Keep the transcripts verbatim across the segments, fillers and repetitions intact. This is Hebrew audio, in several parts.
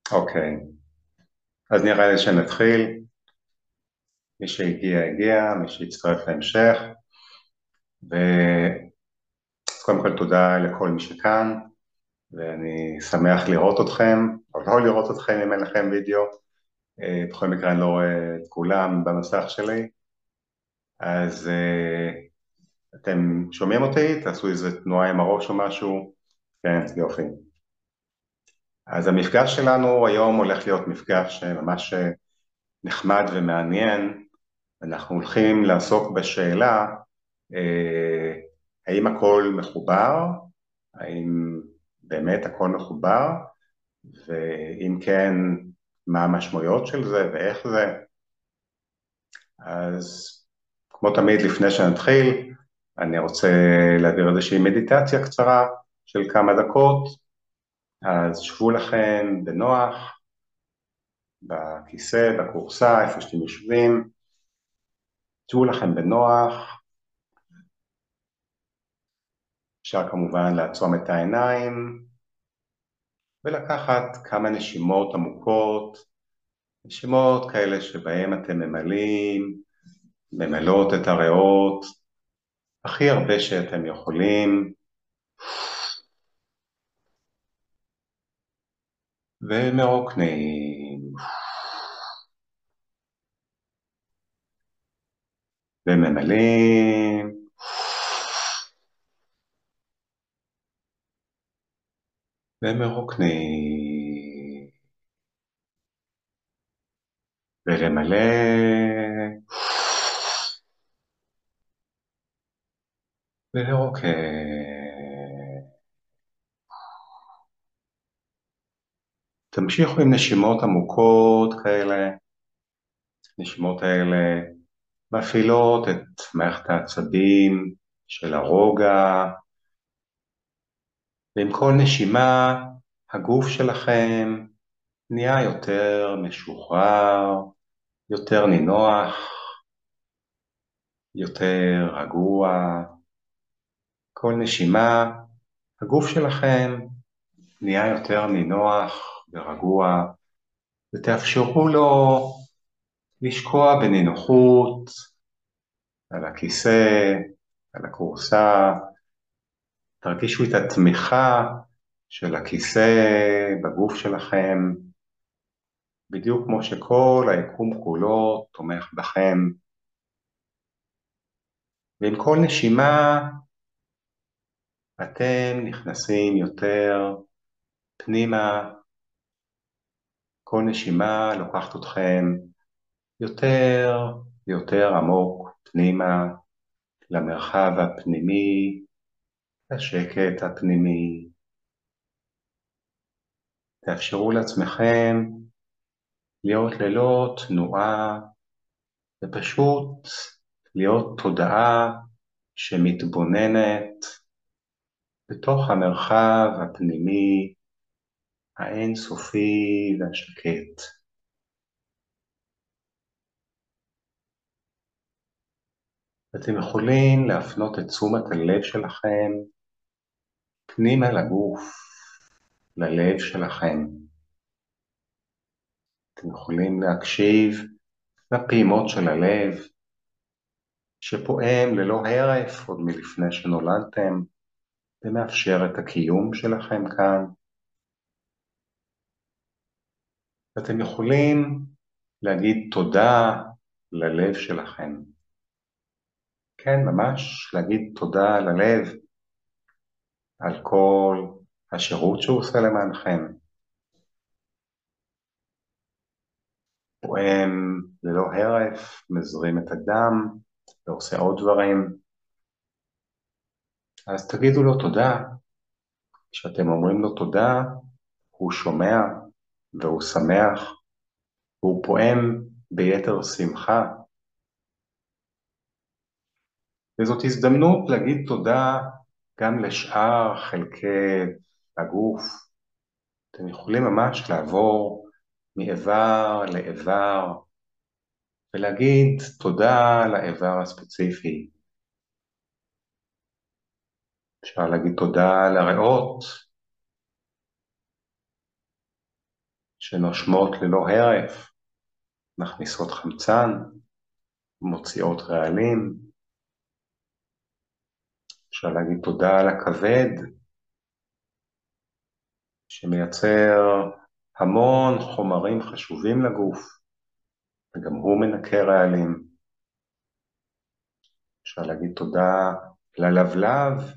אוקיי, אז נראה לי שנתחיל. מי שהגיע הגיע, מי שהצטרף להמשך, וקודם כל תודה לכל מי שכאן, ואני שמח לראות אתכם, או לא לראות אתכם אם אין לכם וידאו. אה, בכל מקרה אני לא רואה את כולם במסך שלי, אז אה, אתם שומעים אותי? תעשו איזה תנועה עם הראש או משהו. כן, יופי. אז המפגש שלנו היום הולך להיות מפגש ממש נחמד ומעניין. אנחנו הולכים לעסוק בשאלה, אה, האם הכל מחובר? האם באמת הכל מחובר? ואם כן, מה המשמעויות של זה ואיך זה? אז כמו תמיד, לפני שנתחיל, אני רוצה להעביר איזושהי מדיטציה קצרה של כמה דקות. אז שבו לכם בנוח, בכיסא, בכורסה, איפה שאתם יושבים. שבו לכם בנוח. אפשר כמובן לעצום את העיניים ולקחת כמה נשימות עמוקות, נשימות כאלה שבהם אתם ממלאים, ממלאות את הריאות הכי הרבה שאתם יכולים, ומרוקנים, וממלאים, ומרוקנים, ולמלא, ולרוקן. תמשיכו עם נשימות עמוקות כאלה. נשימות האלה מפעילות את מערכת העצבים של הרוגע, ועם כל נשימה הגוף שלכם נהיה יותר משוחרר, יותר נינוח, יותר רגוע. כל נשימה הגוף שלכם נהיה יותר נינוח ורגוע, ותאפשרו לו לשקוע בנינוחות על הכיסא, על הכורסה. תרגישו את התמיכה של הכיסא בגוף שלכם, בדיוק כמו שכל היקום כולו תומך בכם. ועם כל נשימה אתם נכנסים יותר פנימה. כל נשימה לוקחת אתכם יותר ויותר עמוק פנימה, למרחב הפנימי, לשקט הפנימי. תאפשרו לעצמכם להיות ללא תנועה, ופשוט להיות תודעה שמתבוננת בתוך המרחב הפנימי האינסופי והשקט. אתם יכולים להפנות את תשומת הלב שלכם פנימה לגוף, ללב שלכם. אתם יכולים להקשיב לפעימות של הלב, שפועם ללא הרף עוד מלפני שנולדתם, ומאפשר את הקיום שלכם כאן. אתם יכולים להגיד תודה ללב שלכם. כן, ממש להגיד תודה ללב על כל השירות שהוא עושה למענכם. פועם ללא הרף, מזרים את הדם ועושה עוד דברים. אז תגידו לו תודה. כשאתם אומרים לו תודה, הוא שומע והוא שמח, והוא פועם ביתר שמחה. וזאת הזדמנות להגיד תודה גם לשאר חלקי הגוף. אתם יכולים ממש לעבור מאיבר לאיבר, ולהגיד תודה לאיבר הספציפי. אפשר להגיד תודה לריאות, שנושמות ללא הרף, מכניסות חמצן, מוציאות רעלים. אפשר להגיד תודה על הכבד, שמייצר המון חומרים חשובים לגוף, וגם הוא מנקה רעלים. אפשר להגיד תודה ללבלב,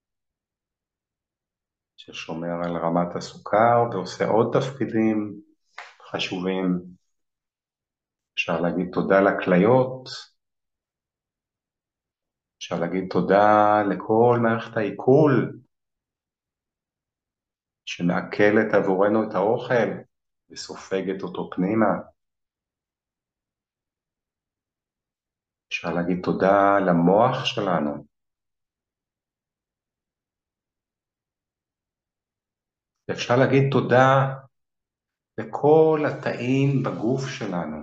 ששומר על רמת הסוכר ועושה עוד תפקידים חשובים. אפשר להגיד תודה לכליות, אפשר להגיד תודה לכל מערכת העיכול, שמעכלת עבורנו את האוכל וסופגת אותו פנימה. אפשר להגיד תודה למוח שלנו. אפשר להגיד תודה לכל התאים בגוף שלנו.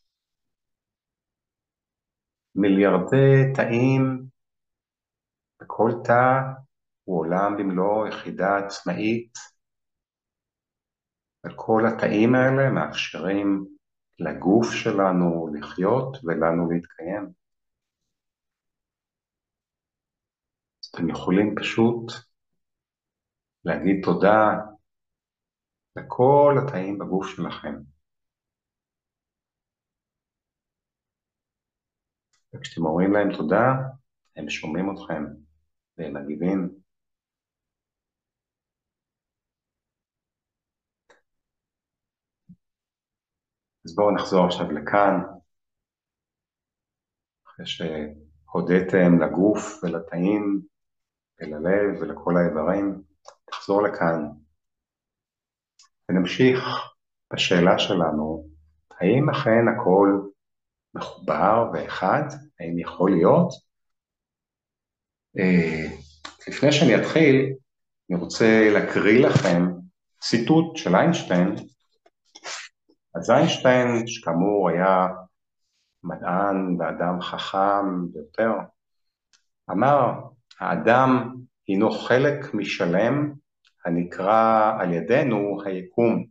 מיליארדי תאים, וכל תא הוא עולם במלוא יחידה עצמאית. וכל התאים האלה מאפשרים לגוף שלנו לחיות ולנו להתקיים. אז אתם יכולים פשוט להגיד תודה לכל התאים בגוף שלכם. וכשאתם אומרים להם תודה, הם שומעים אתכם והם מגיבים. אז בואו נחזור עכשיו לכאן, אחרי שהודיתם לגוף ולתאים וללב ולכל האיברים, תחזור לכאן ונמשיך בשאלה שלנו, האם אכן הכל מחובר ואחד? האם יכול להיות? לפני שאני אתחיל, אני רוצה להקריא לכם ציטוט של איינשטיין. אז איינשטיין, שכאמור היה מדען ואדם חכם ביותר, אמר, האדם הינו חלק משלם הנקרא על ידינו היקום.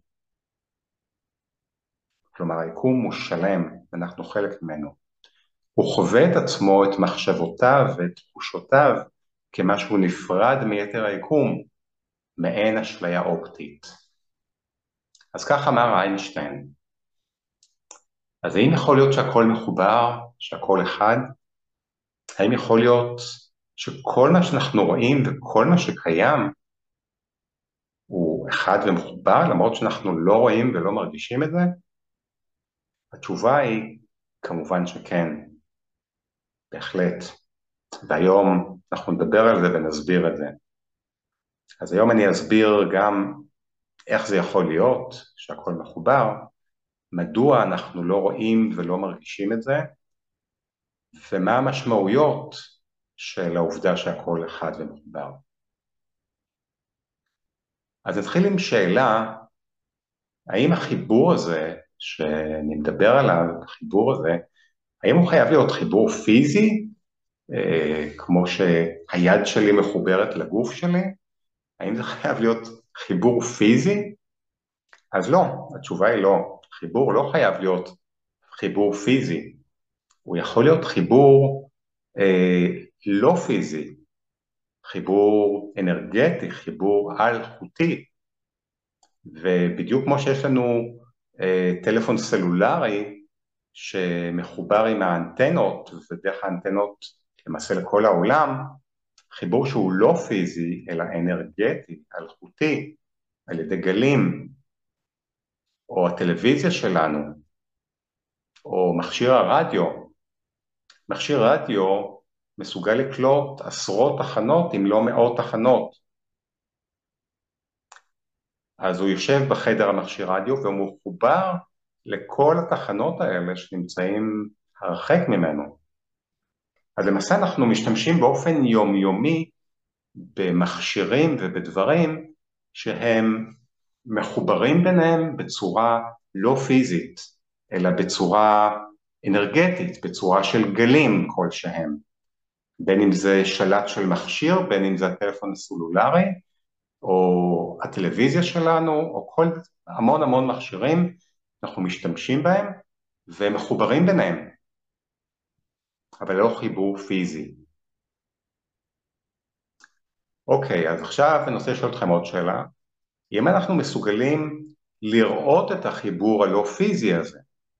כלומר, היקום הוא שלם, ואנחנו חלק ממנו. הוא חווה את עצמו, את מחשבותיו ואת תחושותיו, כמשהו נפרד מיתר היקום, מעין אשליה אופטית. אז כך אמר איינשטיין. אז האם יכול להיות שהכל מחובר, שהכל אחד? האם יכול להיות שכל מה שאנחנו רואים וכל מה שקיים הוא אחד ומחובר, למרות שאנחנו לא רואים ולא מרגישים את זה? התשובה היא כמובן שכן, בהחלט. והיום אנחנו נדבר על זה ונסביר את זה. אז היום אני אסביר גם איך זה יכול להיות שהכל מחובר, מדוע אנחנו לא רואים ולא מרגישים את זה, ומה המשמעויות של העובדה שהכל אחד ומחובר. אז נתחיל עם שאלה, האם החיבור הזה שאני מדבר עליו, החיבור הזה, האם הוא חייב להיות חיבור פיזי, אה, כמו שהיד שלי מחוברת לגוף שלי? האם זה חייב להיות חיבור פיזי? אז לא, התשובה היא לא. חיבור לא חייב להיות חיבור פיזי. הוא יכול להיות חיבור אה, לא פיזי, חיבור אנרגטי, חיבור על-חוטי. ובדיוק כמו שיש לנו אה, טלפון סלולרי שמחובר עם האנטנות, ודרך האנטנות למעשה לכל העולם, חיבור שהוא לא פיזי אלא אנרגטי, על-חוטי, על ידי גלים, או הטלוויזיה שלנו, או מכשיר הרדיו. מכשיר רדיו מסוגל לקלוט עשרות תחנות אם לא מאות תחנות. אז הוא יושב בחדר המכשיר רדיו והוא מחובר לכל התחנות האלה שנמצאים הרחק ממנו. אז למעשה אנחנו משתמשים באופן יומיומי במכשירים ובדברים שהם מחוברים ביניהם בצורה לא פיזית, אלא בצורה אנרגטית, בצורה של גלים כלשהם. בין אם זה שלט של מכשיר, בין אם זה הטלפון הסלולרי, או הטלוויזיה שלנו, או כל המון המון מכשירים, אנחנו משתמשים בהם והם מחוברים ביניהם, אבל לא חיבור פיזי. אוקיי, אז עכשיו אני רוצה לשאול אתכם עוד שאלה. אם אנחנו מסוגלים לראות את החיבור הלא פיזי הזה,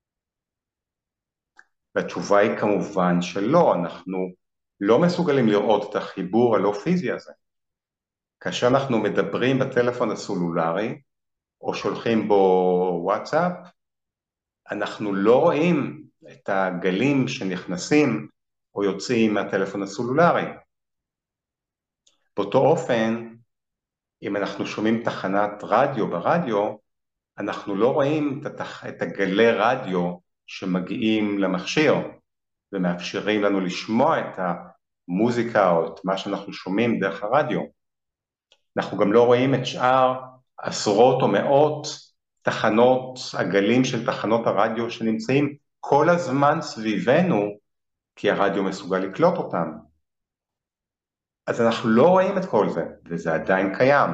והתשובה היא כמובן שלא, אנחנו לא מסוגלים לראות את החיבור הלא פיזי הזה. כאשר אנחנו מדברים בטלפון הסלולרי, או שולחים בו וואטסאפ, אנחנו לא רואים את הגלים שנכנסים או יוצאים מהטלפון הסלולרי. באותו אופן, אם אנחנו שומעים תחנת רדיו ברדיו, אנחנו לא רואים את, התח... את הגלי רדיו שמגיעים למכשיר, ומאפשרים לנו לשמוע את המוזיקה או את מה שאנחנו שומעים דרך הרדיו. אנחנו גם לא רואים את שאר עשרות או מאות תחנות, הגלים של תחנות הרדיו שנמצאים כל הזמן סביבנו, כי הרדיו מסוגל לקלוט אותם. אז אנחנו לא רואים את כל זה, וזה עדיין קיים.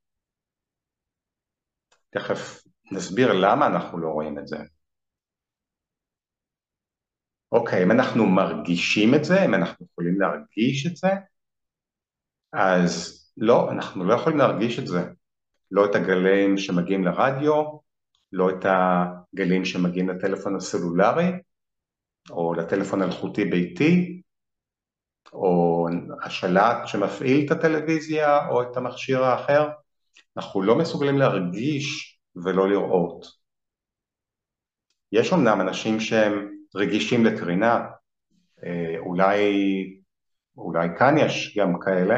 תכף נסביר למה אנחנו לא רואים את זה. אוקיי, אם אנחנו מרגישים את זה, אם אנחנו יכולים להרגיש את זה, אז לא, אנחנו לא יכולים להרגיש את זה. לא את הגלים שמגיעים לרדיו, לא את הגלים שמגיעים לטלפון הסלולרי, או לטלפון אלחוטי ביתי, או השלט שמפעיל את הטלוויזיה או את המכשיר האחר. אנחנו לא מסוגלים להרגיש ולא לראות. יש אמנם אנשים שהם רגישים לקרינה, אולי, אולי כאן יש גם כאלה,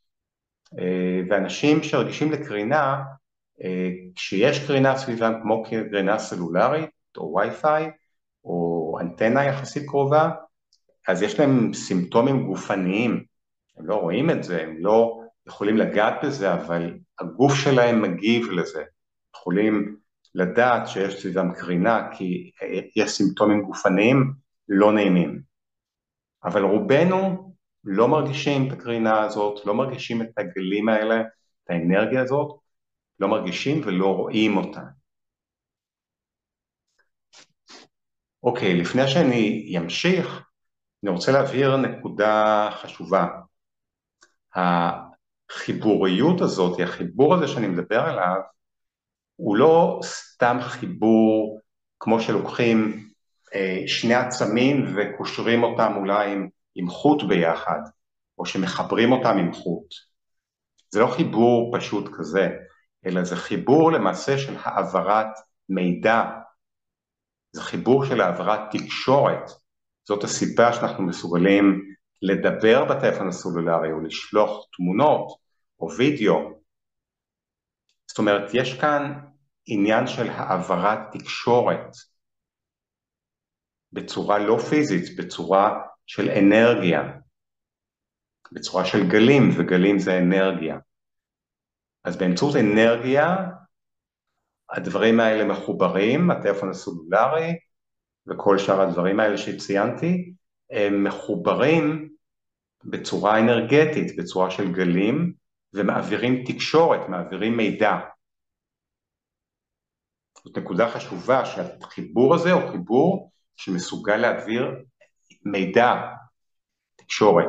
ואנשים שרגישים לקרינה, כשיש קרינה סביבם כמו קרינה סלולרית או וי-פיי או אנטנה יחסית קרובה, אז יש להם סימפטומים גופניים, הם לא רואים את זה, הם לא יכולים לגעת בזה, אבל הגוף שלהם מגיב לזה, יכולים לדעת שיש סביבם קרינה, כי יש סימפטומים גופניים לא נעימים. אבל רובנו לא מרגישים את הקרינה הזאת, לא מרגישים את הגלים האלה, את האנרגיה הזאת, לא מרגישים ולא רואים אותה. אוקיי, לפני שאני אמשיך, אני רוצה להבהיר נקודה חשובה. החיבוריות הזאת, החיבור הזה שאני מדבר עליו, הוא לא סתם חיבור כמו שלוקחים אה, שני עצמים וקושרים אותם אולי עם, עם חוט ביחד, או שמחברים אותם עם חוט. זה לא חיבור פשוט כזה, אלא זה חיבור למעשה של העברת מידע, זה חיבור של העברת תקשורת. זאת הסיבה שאנחנו מסוגלים לדבר בטלפון הסלולרי או לשלוח תמונות או וידאו. זאת אומרת, יש כאן עניין של העברת תקשורת בצורה לא פיזית, בצורה של אנרגיה, בצורה של גלים, וגלים זה אנרגיה. אז באמצעות אנרגיה, הדברים האלה מחוברים, הטלפון הסלולרי וכל שאר הדברים האלה שציינתי, הם מחוברים בצורה אנרגטית, בצורה של גלים, ומעבירים תקשורת, מעבירים מידע. זאת נקודה חשובה שהחיבור הזה הוא חיבור שמסוגל להעביר מידע, תקשורת.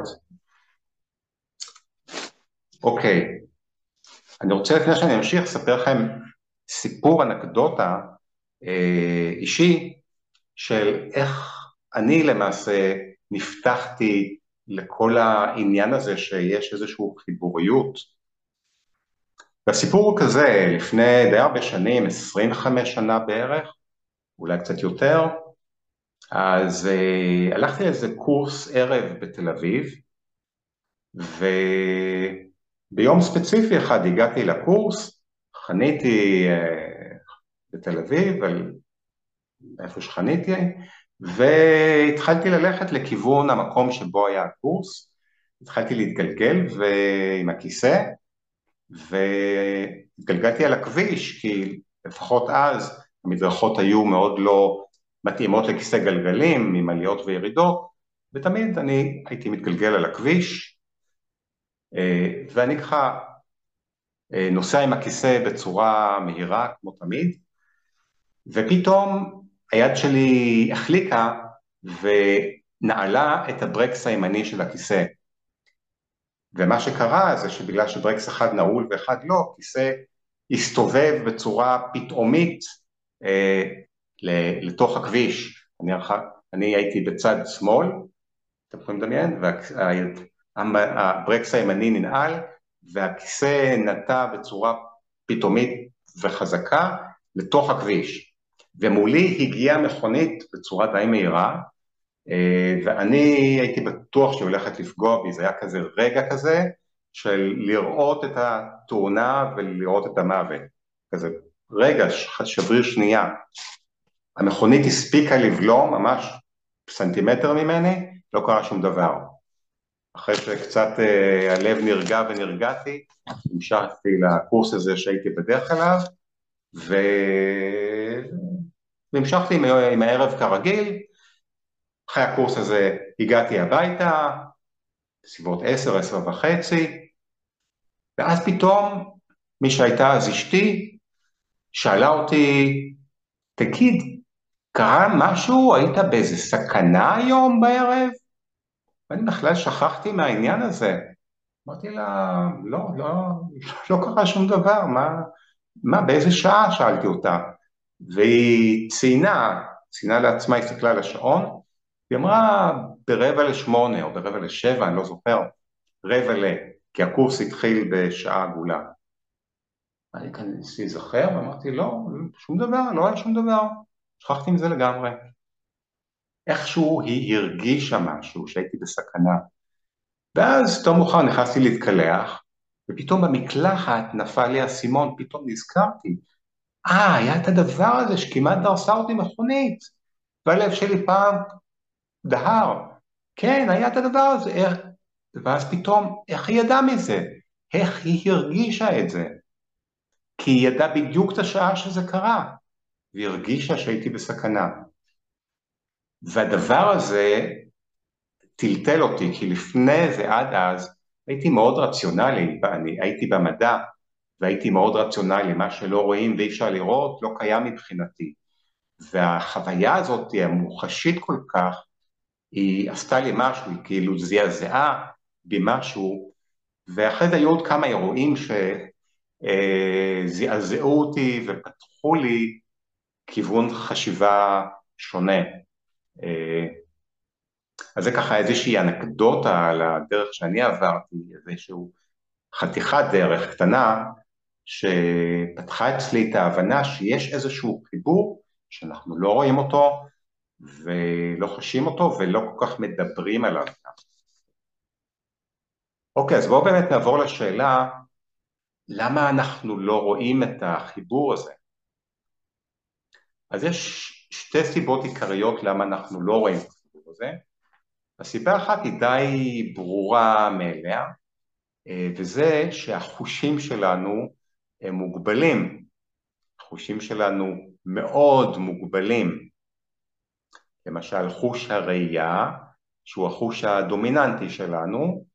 אוקיי, אני רוצה לפני שאני אמשיך לספר לכם סיפור אנקדוטה אה, אישי של איך אני למעשה נפתחתי לכל העניין הזה שיש איזושהי חיבוריות. והסיפור הוא כזה, לפני די הרבה שנים, עשרים וחמש שנה בערך, אולי קצת יותר, אז uh, הלכתי לאיזה קורס ערב בתל אביב, וביום ספציפי אחד הגעתי לקורס, חניתי uh, בתל אביב, על איפה שחניתי, והתחלתי ללכת לכיוון המקום שבו היה הקורס, התחלתי להתגלגל עם הכיסא, והתגלגלתי על הכביש, כי לפחות אז המדרכות היו מאוד לא מתאימות לכיסא גלגלים, עם עליות וירידות, ותמיד אני הייתי מתגלגל על הכביש, ואני ככה נוסע עם הכיסא בצורה מהירה, כמו תמיד, ופתאום היד שלי החליקה ונעלה את הברקס הימני של הכיסא. ומה שקרה זה שבגלל שברקס אחד נעול ואחד לא, כיסא הסתובב בצורה פתאומית אה, לתוך הכביש. אני, אני הייתי בצד שמאל, אתם יכולים לדמיין, והברקס הימני ננעל, והכיסא נטה בצורה פתאומית וחזקה לתוך הכביש. ומולי הגיעה מכונית בצורה די מהירה, ואני הייתי בטוח שהיא הולכת לפגוע בי, זה היה כזה רגע כזה, של לראות את התאונה ולראות את המוות. כזה רגע, שבריר שנייה. המכונית הספיקה לבלום ממש סנטימטר ממני, לא קרה שום דבר. אחרי שקצת אה, הלב נרגע ונרגעתי, המשכתי לקורס הזה שהייתי בדרך אליו, ו... והמשכתי עם, עם הערב כרגיל. אחרי הקורס הזה הגעתי הביתה, בסביבות עשר, עשר וחצי, ואז פתאום מי שהייתה אז אשתי, שאלה אותי, תגיד, קרה משהו? היית באיזה סכנה היום בערב? ואני בכלל שכחתי מהעניין הזה. אמרתי לה, לא, לא, לא קרה שום דבר, מה, מה, באיזה שעה? שאלתי אותה. והיא ציינה, ציינה לעצמה, הסתכלה על השעון, היא אמרה ברבע לשמונה או ברבע לשבע, אני לא זוכר, רבע ל, כי הקורס התחיל בשעה עגולה. אני כאן ניסי זכר, ואמרתי, לא, שום דבר, לא היה שום דבר, שכחתי עם זה לגמרי. איכשהו היא הרגישה משהו, שהייתי בסכנה. ואז תום מאוחר נכנסתי להתקלח, ופתאום במקלחת נפל לי הסימון, פתאום נזכרתי, אה, היה את הדבר הזה שכמעט דרסה אותי מכונית, והלב שלי פעם דהר, כן, היה את הדבר הזה, איך... ואז פתאום, איך היא ידעה מזה? איך היא הרגישה את זה? כי היא ידעה בדיוק את השעה שזה קרה, והיא הרגישה שהייתי בסכנה. והדבר הזה טלטל אותי, כי לפני זה עד אז הייתי מאוד רציונלי, אני הייתי במדע, והייתי מאוד רציונלי, מה שלא רואים ואי אפשר לראות לא קיים מבחינתי. והחוויה הזאת המוחשית כל כך, היא עשתה לי משהו, היא כאילו זעזעה בי משהו, ואחרי זה היו עוד כמה אירועים שזעזעו אותי ופתחו לי כיוון חשיבה שונה. אז זה ככה איזושהי אנקדוטה על הדרך שאני עברתי, איזושהי חתיכת דרך קטנה, שפתחה אצלי את ההבנה שיש איזשהו חיבור שאנחנו לא רואים אותו, ולא חשים אותו, ולא כל כך מדברים עליו. אוקיי, אז בואו באמת נעבור לשאלה, למה אנחנו לא רואים את החיבור הזה? אז יש שתי סיבות עיקריות למה אנחנו לא רואים את החיבור הזה. הסיבה אחת היא די ברורה מאליה, וזה שהחושים שלנו הם מוגבלים. החושים שלנו מאוד מוגבלים. למשל, חוש הראייה, שהוא החוש הדומיננטי שלנו,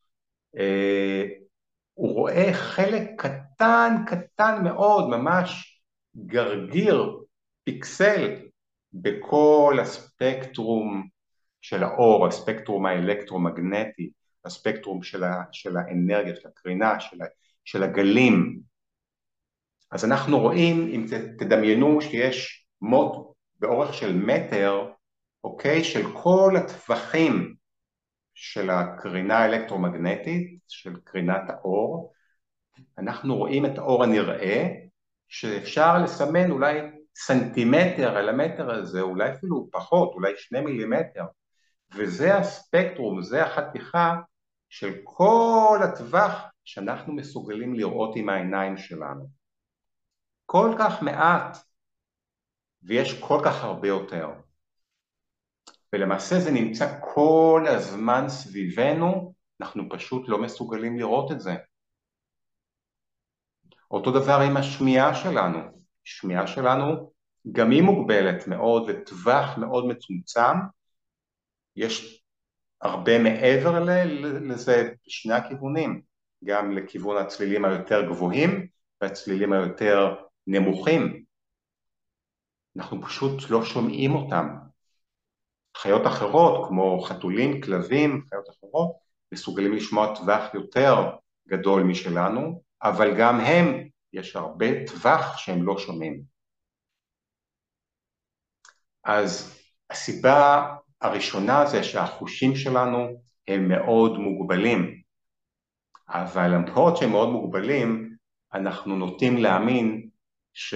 הוא רואה חלק קטן, קטן מאוד, ממש גרגיר, פיקסל, בכל הספקטרום של האור, הספקטרום האלקטרומגנטי, הספקטרום של, ה, של האנרגיה, של הקרינה, של, ה, של הגלים. אז אנחנו רואים, אם תדמיינו שיש מוט באורך של מטר, אוקיי, של כל הטווחים של הקרינה האלקטרומגנטית, של קרינת האור, אנחנו רואים את האור הנראה, שאפשר לסמן אולי סנטימטר על המטר הזה, אולי אפילו פחות, אולי שני מילימטר, וזה הספקטרום, זה החתיכה של כל הטווח שאנחנו מסוגלים לראות עם העיניים שלנו. כל כך מעט, ויש כל כך הרבה יותר. ולמעשה זה נמצא כל הזמן סביבנו, אנחנו פשוט לא מסוגלים לראות את זה. אותו דבר עם השמיעה שלנו. השמיעה שלנו גם היא מוגבלת מאוד, לטווח מאוד מצומצם. יש הרבה מעבר לזה בשני הכיוונים, גם לכיוון הצלילים היותר גבוהים, והצלילים היותר נמוכים, אנחנו פשוט לא שומעים אותם. חיות אחרות, כמו חתולים, כלבים, חיות אחרות, מסוגלים לשמוע טווח יותר גדול משלנו, אבל גם הם, יש הרבה טווח שהם לא שומעים. אז הסיבה הראשונה זה שהחושים שלנו הם מאוד מוגבלים, אבל למרות שהם מאוד מוגבלים, אנחנו נוטים להאמין, ש...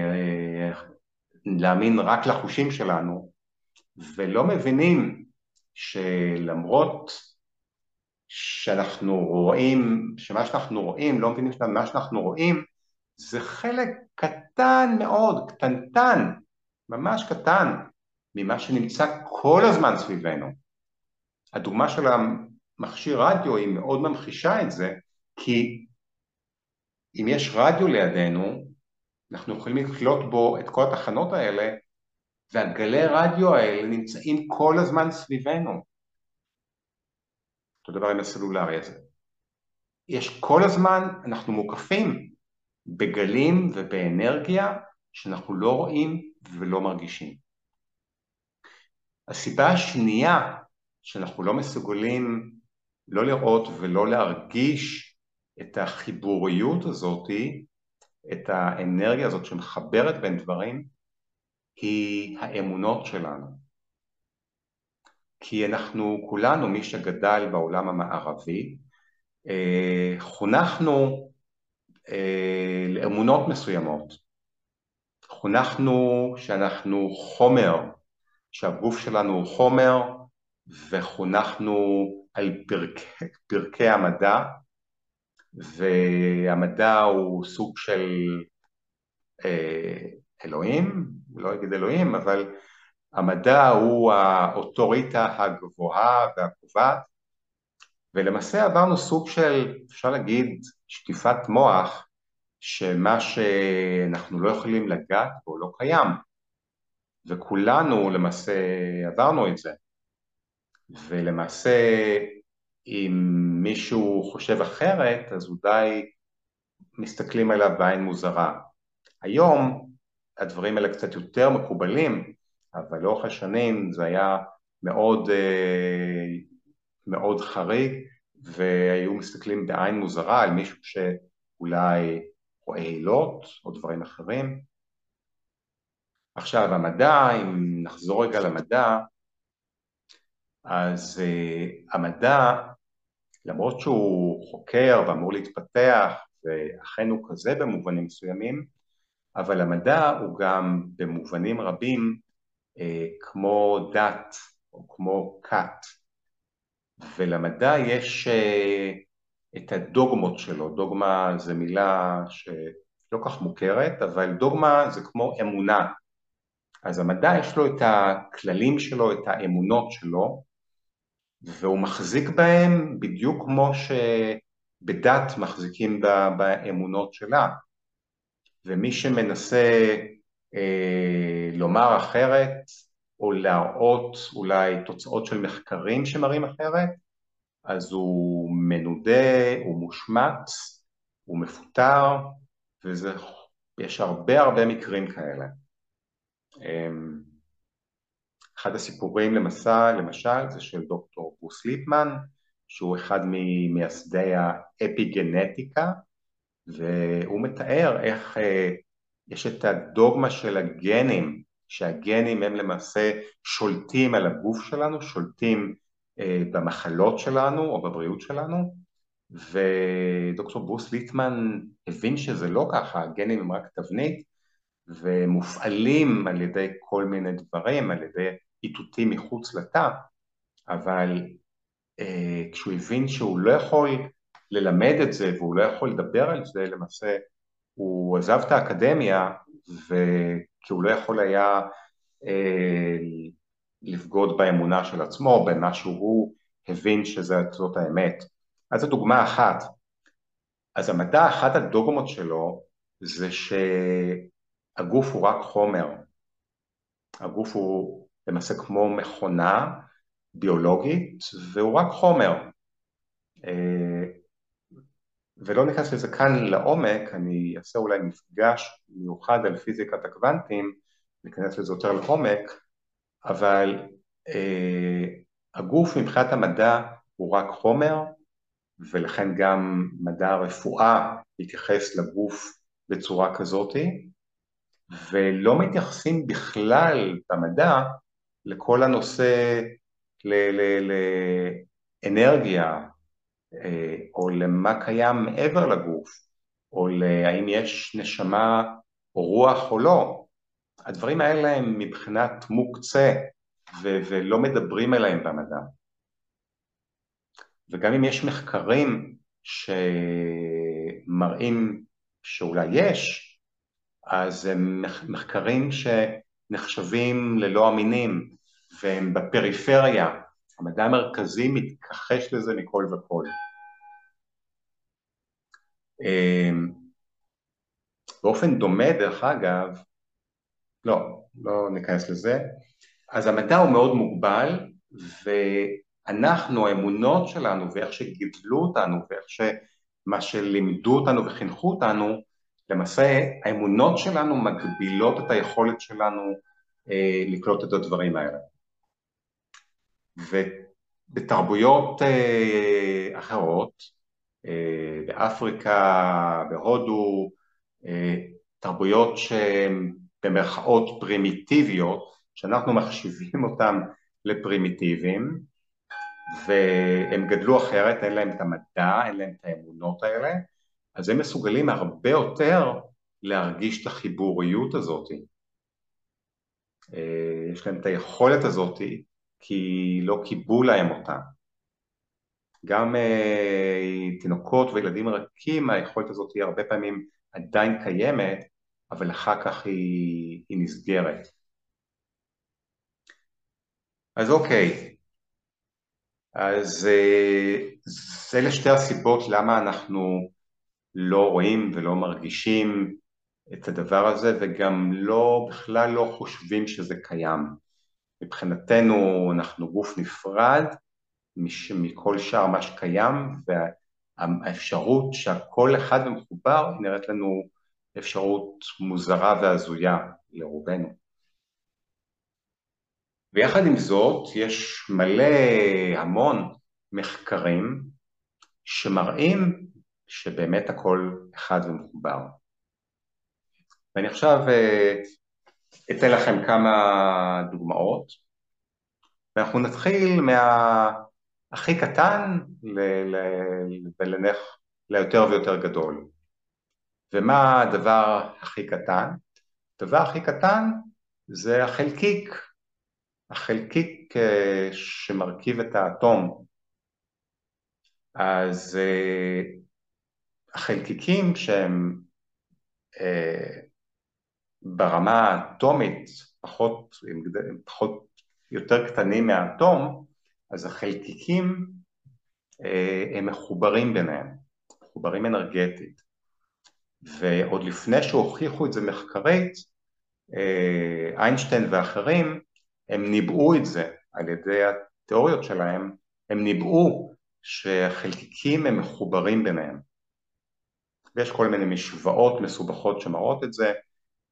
להאמין רק לחושים שלנו, ולא מבינים שלמרות שאנחנו רואים, שמה שאנחנו רואים, לא מבינים שמה שאנחנו רואים, זה חלק קטן מאוד, קטנטן, ממש קטן, ממה שנמצא כל הזמן סביבנו. הדוגמה של המכשיר רדיו היא מאוד ממחישה את זה, כי אם יש רדיו לידינו, אנחנו יכולים לקלוט בו את כל התחנות האלה, והגלי רדיו האלה נמצאים כל הזמן סביבנו. אותו דבר עם הסלולרי הזה. יש כל הזמן, אנחנו מוקפים בגלים ובאנרגיה שאנחנו לא רואים ולא מרגישים. הסיבה השנייה שאנחנו לא מסוגלים לא לראות ולא להרגיש את החיבוריות הזאת, את האנרגיה הזאת שמחברת בין דברים, היא האמונות שלנו. כי אנחנו כולנו, מי שגדל בעולם המערבי, חונכנו לאמונות מסוימות. חונכנו שאנחנו חומר, שהגוף שלנו הוא חומר, וחונכנו על פרקי, פרקי המדע, והמדע הוא סוג של אה, אלוהים, לא אגיד אלוהים, אבל המדע הוא האוטוריטה הגבוהה והקובעת, ולמעשה עברנו סוג של, אפשר להגיד, שטיפת מוח, שמה שאנחנו לא יכולים לגעת בו לא קיים, וכולנו למעשה עברנו את זה, ולמעשה אם מישהו חושב אחרת, אז אולי מסתכלים עליו בעין מוזרה. היום הדברים האלה קצת יותר מקובלים, אבל לאורך השנים זה היה מאוד, מאוד חריג, והיו מסתכלים בעין מוזרה על מישהו שאולי רואה הילות או דברים אחרים. עכשיו המדע, אם נחזור רגע למדע, אז uh, המדע, למרות שהוא חוקר ואמור להתפתח, ואכן הוא כזה במובנים מסוימים, אבל המדע הוא גם במובנים רבים uh, כמו דת או כמו כת, ולמדע יש uh, את הדוגמות שלו. דוגמה זה מילה שלא כך מוכרת, אבל דוגמה זה כמו אמונה. אז המדע יש לו את הכללים שלו, את האמונות שלו, והוא מחזיק בהם בדיוק כמו שבדת מחזיקים באמונות שלה. ומי שמנסה אה, לומר אחרת, או להראות אולי תוצאות של מחקרים שמראים אחרת, אז הוא מנודה, הוא מושמץ, הוא מפוטר, ויש הרבה הרבה מקרים כאלה. אחד הסיפורים למסע, למשל, זה של דוקטור ברוס ליפמן, שהוא אחד ממייסדי האפיגנטיקה, והוא מתאר איך אה, יש את הדוגמה של הגנים, שהגנים הם למעשה שולטים על הגוף שלנו, שולטים אה, במחלות שלנו או בבריאות שלנו, ודוקטור ברוס ליפמן הבין שזה לא ככה, הגנים הם רק תבנית, ומופעלים על ידי כל מיני דברים, על ידי איתותים מחוץ לתא, אבל אה, כשהוא הבין שהוא לא יכול ללמד את זה, והוא לא יכול לדבר על זה, למעשה הוא עזב את האקדמיה, כי הוא לא יכול היה אה, לבגוד באמונה של עצמו, במה שהוא הבין שזאת האמת. אז זו דוגמה אחת. אז המדע, אחת הדוגמות שלו, זה ש... הגוף הוא רק חומר, הגוף הוא למעשה כמו מכונה ביולוגית, והוא רק חומר. ולא ניכנס לזה כאן לעומק, אני אעשה אולי מפגש מיוחד על פיזיקת הקוונטים, ניכנס לזה יותר לעומק, אבל אה, הגוף מבחינת המדע הוא רק חומר, ולכן גם מדע הרפואה מתייחס לגוף בצורה כזאת, ולא מתייחסים בכלל במדע לכל הנושא לאנרגיה, או למה קיים מעבר לגוף, או להאם יש נשמה או רוח או לא. הדברים האלה הם מבחינת מוקצה, ו- ולא מדברים עליהם במדע. וגם אם יש מחקרים שמראים שאולי יש, אז הם מחקרים שנחשבים ללא אמינים, והם בפריפריה. המדע המרכזי מתכחש לזה מכל וכל. באופן דומה, דרך אגב, לא, לא ניכנס לזה, אז המדע הוא מאוד מוגבל, ואנחנו, האמונות שלנו, ואיך שגידלו אותנו, ואיך שמה שלימדו אותנו וחינכו אותנו, למעשה האמונות שלנו מגבילות את היכולת שלנו אה, לקלוט את הדברים האלה. ובתרבויות אה, אחרות, אה, באפריקה, בהודו, אה, תרבויות שהן במרכאות פרימיטיביות, שאנחנו מחשיבים אותם לפרימיטיביים, והם גדלו אחרת, אין להם את המדע, אין להם את האמונות האלה, אז הם מסוגלים הרבה יותר להרגיש את החיבוריות הזאת. יש להם את היכולת הזאת, כי לא קיבלו להם אותה. גם תינוקות וילדים רכים, היכולת הזאת היא הרבה פעמים עדיין קיימת, אבל אחר כך היא, היא נסגרת. אז אוקיי, אז אלה שתי הסיבות למה אנחנו לא רואים ולא מרגישים את הדבר הזה, וגם לא, בכלל לא חושבים שזה קיים. מבחינתנו אנחנו גוף נפרד מכל שאר מה שקיים, והאפשרות שהכל אחד ומחובר נראית לנו אפשרות מוזרה והזויה לרובנו. ויחד עם זאת יש מלא המון מחקרים שמראים שבאמת הכל אחד ומחובר. ואני עכשיו אתן לכם כמה דוגמאות, ואנחנו נתחיל מהכי קטן ולנך ליותר ויותר גדול. ומה הדבר הכי קטן? הדבר הכי קטן זה החלקיק, החלקיק שמרכיב את האטום. אז החלקיקים שהם ברמה האטומית פחות, פחות יותר קטנים מהאטום, אז החלקיקים הם מחוברים ביניהם, מחוברים אנרגטית. ועוד לפני שהוכיחו את זה מחקרית, איינשטיין ואחרים, הם ניבאו את זה על ידי התיאוריות שלהם, הם ניבאו שהחלקיקים הם מחוברים ביניהם. ויש כל מיני משוואות מסובכות שמראות את זה.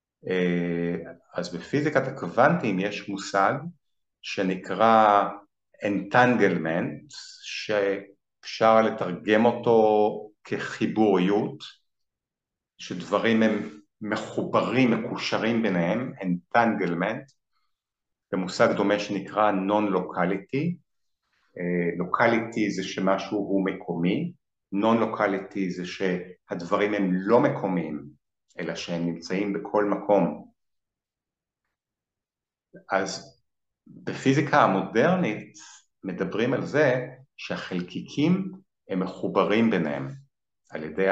אז בפיזיקת הקוונטים יש מושג שנקרא entanglement, שאפשר לתרגם אותו כחיבוריות, שדברים הם מחוברים, מקושרים ביניהם, entanglement, במושג דומה שנקרא non-locality. locality זה שמשהו הוא מקומי, non-locality זה שהדברים הם לא מקומיים, אלא שהם נמצאים בכל מקום. אז בפיזיקה המודרנית מדברים על זה שהחלקיקים הם מחוברים ביניהם, על ידי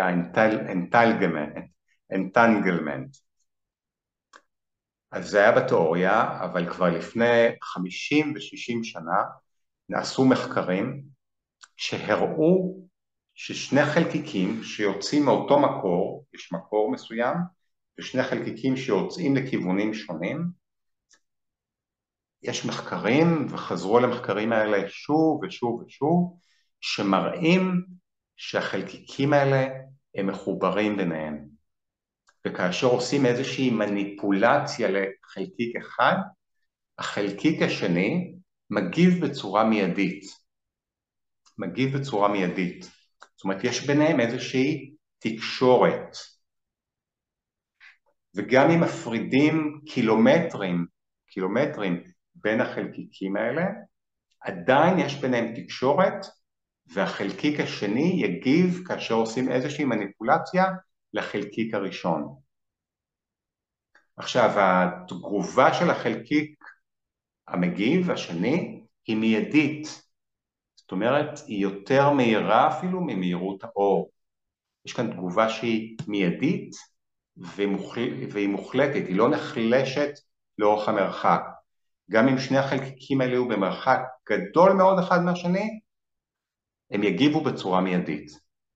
ה-entanglement. אז זה היה בתיאוריה, אבל כבר לפני חמישים ושישים שנה נעשו מחקרים שהראו ששני חלקיקים שיוצאים מאותו מקור, יש מקור מסוים, ושני חלקיקים שיוצאים לכיוונים שונים, יש מחקרים, וחזרו למחקרים האלה שוב ושוב ושוב, שמראים שהחלקיקים האלה הם מחוברים ביניהם, וכאשר עושים איזושהי מניפולציה לחלקיק אחד, החלקיק השני מגיב בצורה מיידית, מגיב בצורה מיידית. זאת אומרת, יש ביניהם איזושהי תקשורת, וגם אם מפרידים קילומטרים, קילומטרים בין החלקיקים האלה, עדיין יש ביניהם תקשורת, והחלקיק השני יגיב כאשר עושים איזושהי מניפולציה לחלקיק הראשון. עכשיו, התגובה של החלקיק המגיב השני היא מיידית, זאת אומרת, היא יותר מהירה אפילו ממהירות האור. יש כאן תגובה שהיא מיידית והיא מוחלטת, היא לא נחלשת לאורך המרחק. גם אם שני החלקיקים האלה הוא במרחק גדול מאוד אחד מהשני, הם יגיבו בצורה מיידית.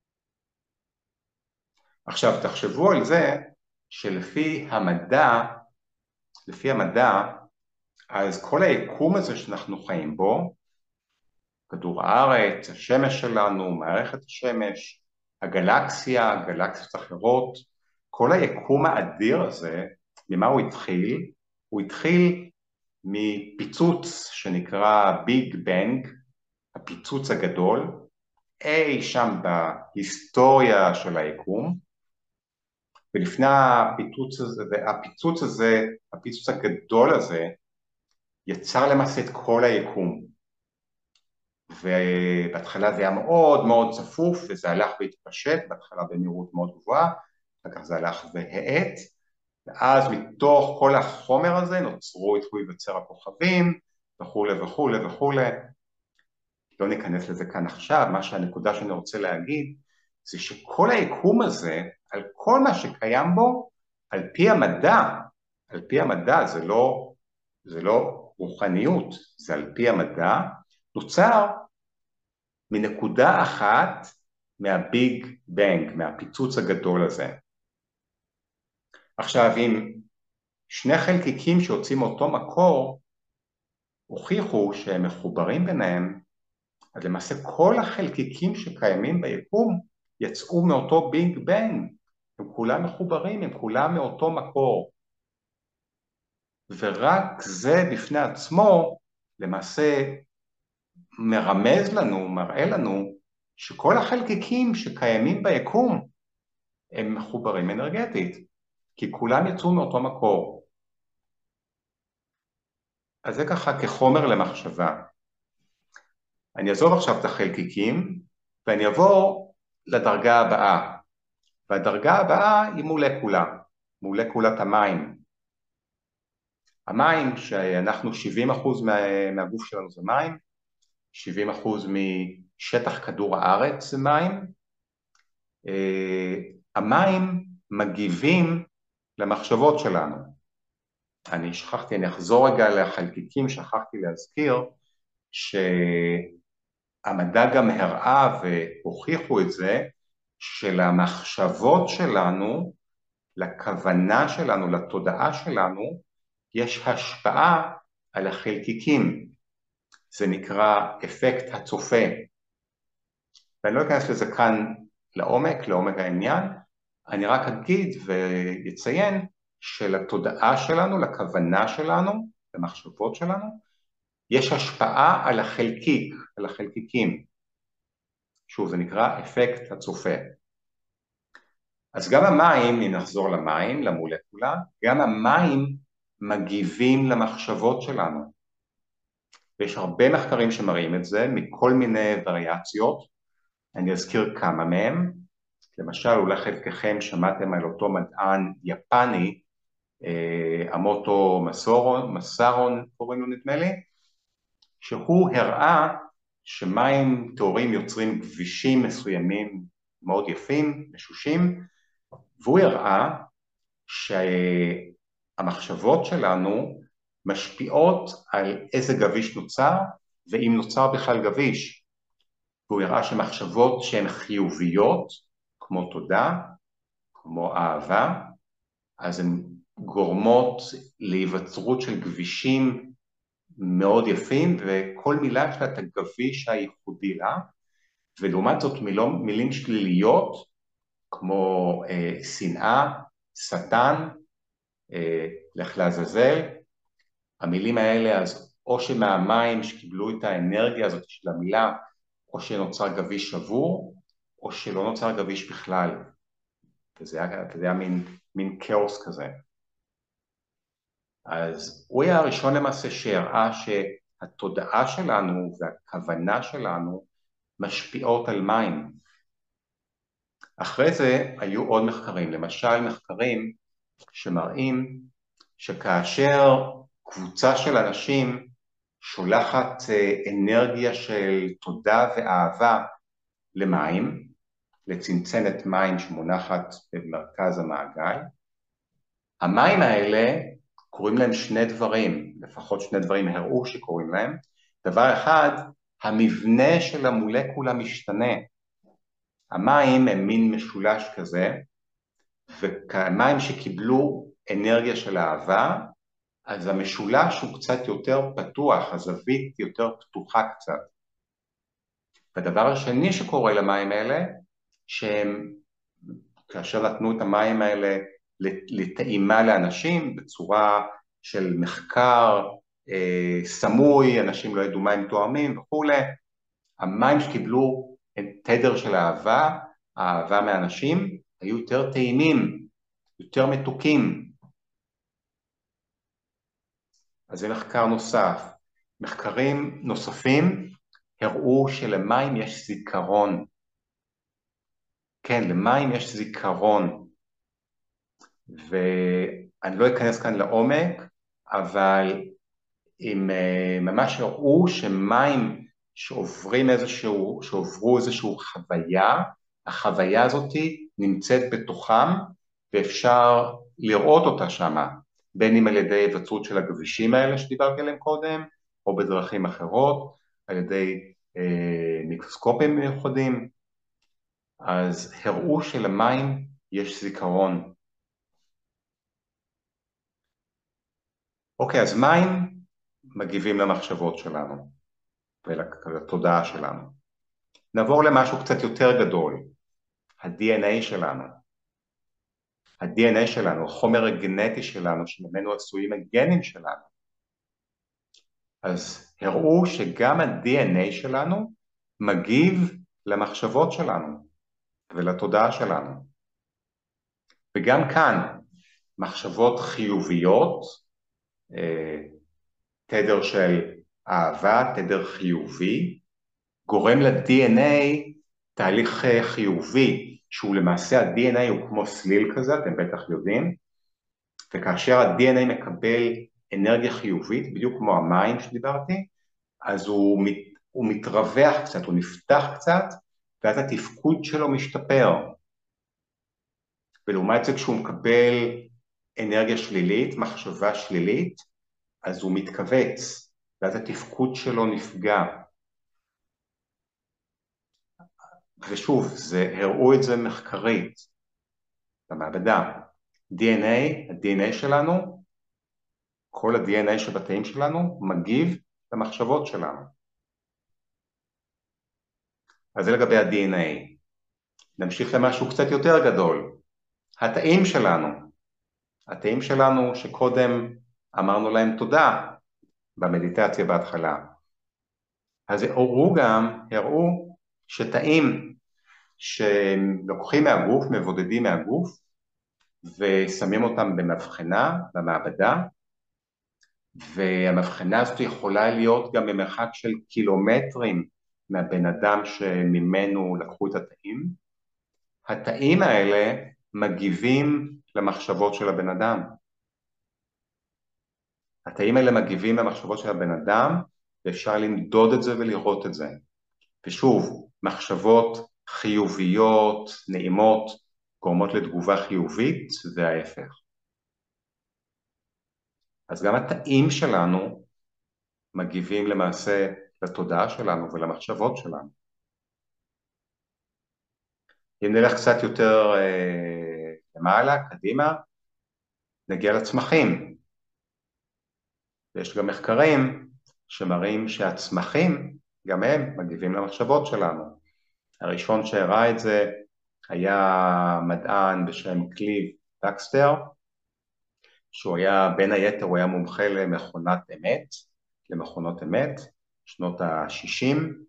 עכשיו, תחשבו על זה שלפי המדע, לפי המדע, אז כל היקום הזה שאנחנו חיים בו, כדור הארץ, השמש שלנו, מערכת השמש, הגלקסיה, גלקסיות אחרות, כל היקום האדיר הזה, ממה הוא התחיל? הוא התחיל מפיצוץ שנקרא ביג בנג, הפיצוץ הגדול, אי שם בהיסטוריה של היקום, ולפני הפיצוץ הזה, הפיצוץ הזה, הפיצוץ הגדול הזה, יצר למעשה את כל היקום. ובהתחלה זה היה מאוד מאוד צפוף, וזה הלך והתפשט, בהתחלה במהירות מאוד גבוהה, אחר כך זה הלך והאט, ואז מתוך כל החומר הזה נוצרו, התחילו להיווצר הכוכבים, וכולי וכולי וכולי. לא ניכנס לזה כאן עכשיו, מה שהנקודה שאני רוצה להגיד, זה שכל היקום הזה, על כל מה שקיים בו, על פי המדע, על פי המדע, זה לא, זה לא רוחניות, זה על פי המדע, נוצר מנקודה אחת מהביג בנג, מהפיצוץ הגדול הזה. עכשיו, אם שני חלקיקים שיוצאים מאותו מקור, הוכיחו שהם מחוברים ביניהם, אז למעשה כל החלקיקים שקיימים ביקום יצאו מאותו ביג בנג, הם כולם מחוברים, הם כולם מאותו מקור. ורק זה בפני עצמו למעשה מרמז לנו, מראה לנו, שכל החלקיקים שקיימים ביקום הם מחוברים אנרגטית, כי כולם יצאו מאותו מקור. אז זה ככה כחומר למחשבה. אני אעזוב עכשיו את החלקיקים, ואני אעבור לדרגה הבאה. והדרגה הבאה היא מולקולה, מולקולת המים. המים שאנחנו שבעים אחוז מה, מהגוף שלנו זה מים, שבעים אחוז משטח כדור הארץ זה מים. המים מגיבים למחשבות שלנו. אני שכחתי, אני אחזור רגע לחלקיקים, שכחתי להזכיר, שהמדע גם הראה והוכיחו את זה, שלמחשבות שלנו, לכוונה שלנו, לתודעה שלנו, יש השפעה על החלקיקים. זה נקרא אפקט הצופה. ואני לא אכנס לזה כאן לעומק, לעומק העניין, אני רק אגיד ויציין שלתודעה שלנו, לכוונה שלנו, למחשבות שלנו, יש השפעה על החלקיק, על החלקיקים. שוב, זה נקרא אפקט הצופה. אז גם המים, אם נחזור למים, למולקולה, גם המים מגיבים למחשבות שלנו. ויש הרבה מחקרים שמראים את זה, מכל מיני וריאציות. אני אזכיר כמה מהם. למשל, אולי חלקכם שמעתם על אותו מדען יפני, אמוטו מסורון, מסרון, קוראים לו נדמה לי, שהוא הראה שמים טהורים יוצרים גבישים מסוימים מאוד יפים, משושים, והוא הראה שהמחשבות שלנו משפיעות על איזה גביש נוצר, ואם נוצר בכלל גביש. והוא הראה שמחשבות שהן חיוביות, כמו תודה, כמו אהבה, אז הן גורמות להיווצרות של גבישים מאוד יפים, וכל מילה שלה את הגביש הייחודי לה, ולעומת זאת מילים, מילים שליליות, כמו אה, שנאה, שטן, אה, לך לעזאזל, המילים האלה אז או שמהמים שקיבלו את האנרגיה הזאת של המילה, או שנוצר גביש שבור, או שלא נוצר גביש בכלל. וזה היה, וזה היה מין, מין כאוס כזה. אז הוא היה הראשון למעשה שהראה שהתודעה שלנו והכוונה שלנו משפיעות על מים. אחרי זה היו עוד מחקרים, למשל מחקרים שמראים שכאשר קבוצה של אנשים שולחת אנרגיה של תודה ואהבה למים, לצנצנת מים שמונחת במרכז המעגל, המים האלה קוראים להם שני דברים, לפחות שני דברים הראו שקוראים להם. דבר אחד, המבנה של המולקולה משתנה. המים הם מין משולש כזה, והמים שקיבלו אנרגיה של אהבה, אז המשולש הוא קצת יותר פתוח, הזווית יותר פתוחה קצת. והדבר השני שקורה למים האלה, שהם, כאשר נתנו את המים האלה לטעימה לאנשים בצורה של מחקר אה, סמוי, אנשים לא ידעו מים תואמים וכו', המים שקיבלו תדר של אהבה, האהבה מאנשים, היו יותר טעימים, יותר מתוקים. אז זה מחקר נוסף. מחקרים נוספים הראו שלמים יש זיכרון. כן, למים יש זיכרון. ואני לא אכנס כאן לעומק, אבל אם ממש הראו שמים שעוברים איזשהו, שעוברו איזשהו חוויה, החוויה הזאת נמצאת בתוכם ואפשר לראות אותה שמה, בין אם על ידי היווצרות של הגבישים האלה שדיברתי עליהם קודם, או בדרכים אחרות, על ידי אה, מיקרוסקופים מיוחדים. אז הראו שלמים יש זיכרון. אוקיי, אז מים מגיבים למחשבות שלנו ולתודעה שלנו. נעבור למשהו קצת יותר גדול, ה-די אן איי שלנו. ה-די אן איי שלנו, החומר הגנטי שלנו, שממנו עשויים הגנים שלנו. אז הראו שגם ה-די אן איי שלנו מגיב למחשבות שלנו ולתודעה שלנו. וגם כאן, מחשבות חיוביות, תדר של אהבה, תדר חיובי, גורם ל-די אן איי תהליך חיובי, שהוא למעשה ה-די אן איי הוא כמו סליל כזה, אתם בטח יודעים, וכאשר ה-די אן איי מקבל אנרגיה חיובית, בדיוק כמו המים שדיברתי, אז הוא, מת, הוא מתרווח קצת, הוא נפתח קצת, ואז התפקוד שלו משתפר. ולעומת זה כשהוא מקבל אנרגיה שלילית, מחשבה שלילית, אז הוא מתכווץ, ואז התפקוד שלו נפגע. ושוב, זה, הראו את זה מחקרית במעבדה. די אן איי, ה-די אן איי שלנו, כל ה-די אן איי שבתאים שלנו מגיב למחשבות שלנו. אז זה לגבי ה-די אן איי. נמשיך למשהו קצת יותר גדול. התאים שלנו, התאים שלנו שקודם אמרנו להם תודה במדיטציה בהתחלה. אז הראו גם, הראו שתאים שלוקחים מהגוף, מבודדים מהגוף, ושמים אותם במבחנה, במעבדה, והמבחנה הזאת יכולה להיות גם במרחק של קילומטרים מהבן אדם שממנו לקחו את התאים. התאים האלה מגיבים למחשבות של הבן אדם. התאים האלה מגיבים למחשבות של הבן אדם, ואפשר למדוד את זה ולראות את זה. ושוב, מחשבות חיוביות, נעימות, גורמות לתגובה חיובית וההפך. אז גם התאים שלנו מגיבים למעשה לתודעה שלנו ולמחשבות שלנו. אם נלך קצת יותר אה, למעלה, קדימה, נגיע לצמחים. ויש גם מחקרים שמראים שהצמחים, גם הם מגיבים למחשבות שלנו. הראשון שהראה את זה היה מדען בשם קליב בקסטר, שהוא היה, בין היתר הוא היה מומחה למכונת אמת, למכונות אמת, שנות ה-שישים,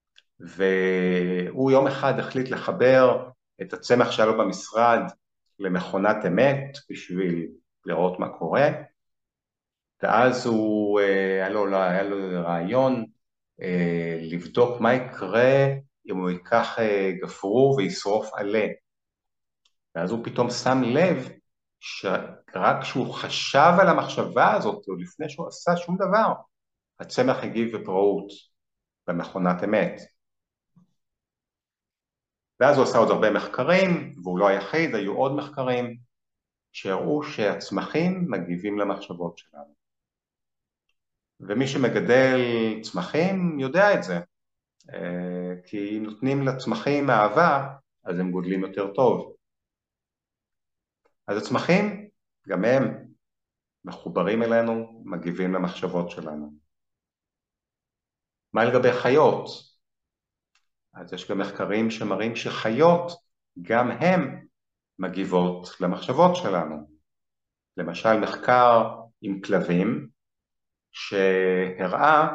והוא יום אחד החליט לחבר את הצמח שלו במשרד למכונת אמת בשביל לראות מה קורה, ואז הוא, היה לו, היה לו רעיון לבדוק מה יקרה אם הוא ייקח גפרור וישרוף עלה. ואז הוא פתאום שם לב שרק כשהוא חשב על המחשבה הזאת, לפני שהוא עשה שום דבר, הצמח הגיב בפראות במכונת אמת. ואז הוא עשה עוד הרבה מחקרים, והוא לא היחיד, היו עוד מחקרים שהראו שהצמחים מגיבים למחשבות שלנו. ומי שמגדל צמחים יודע את זה, כי אם נותנים לצמחים אהבה, אז הם גודלים יותר טוב. אז הצמחים, גם הם מחוברים אלינו, מגיבים למחשבות שלנו. מה לגבי חיות? אז יש גם מחקרים שמראים שחיות, גם הם מגיבות למחשבות שלנו. למשל מחקר עם כלבים, שהראה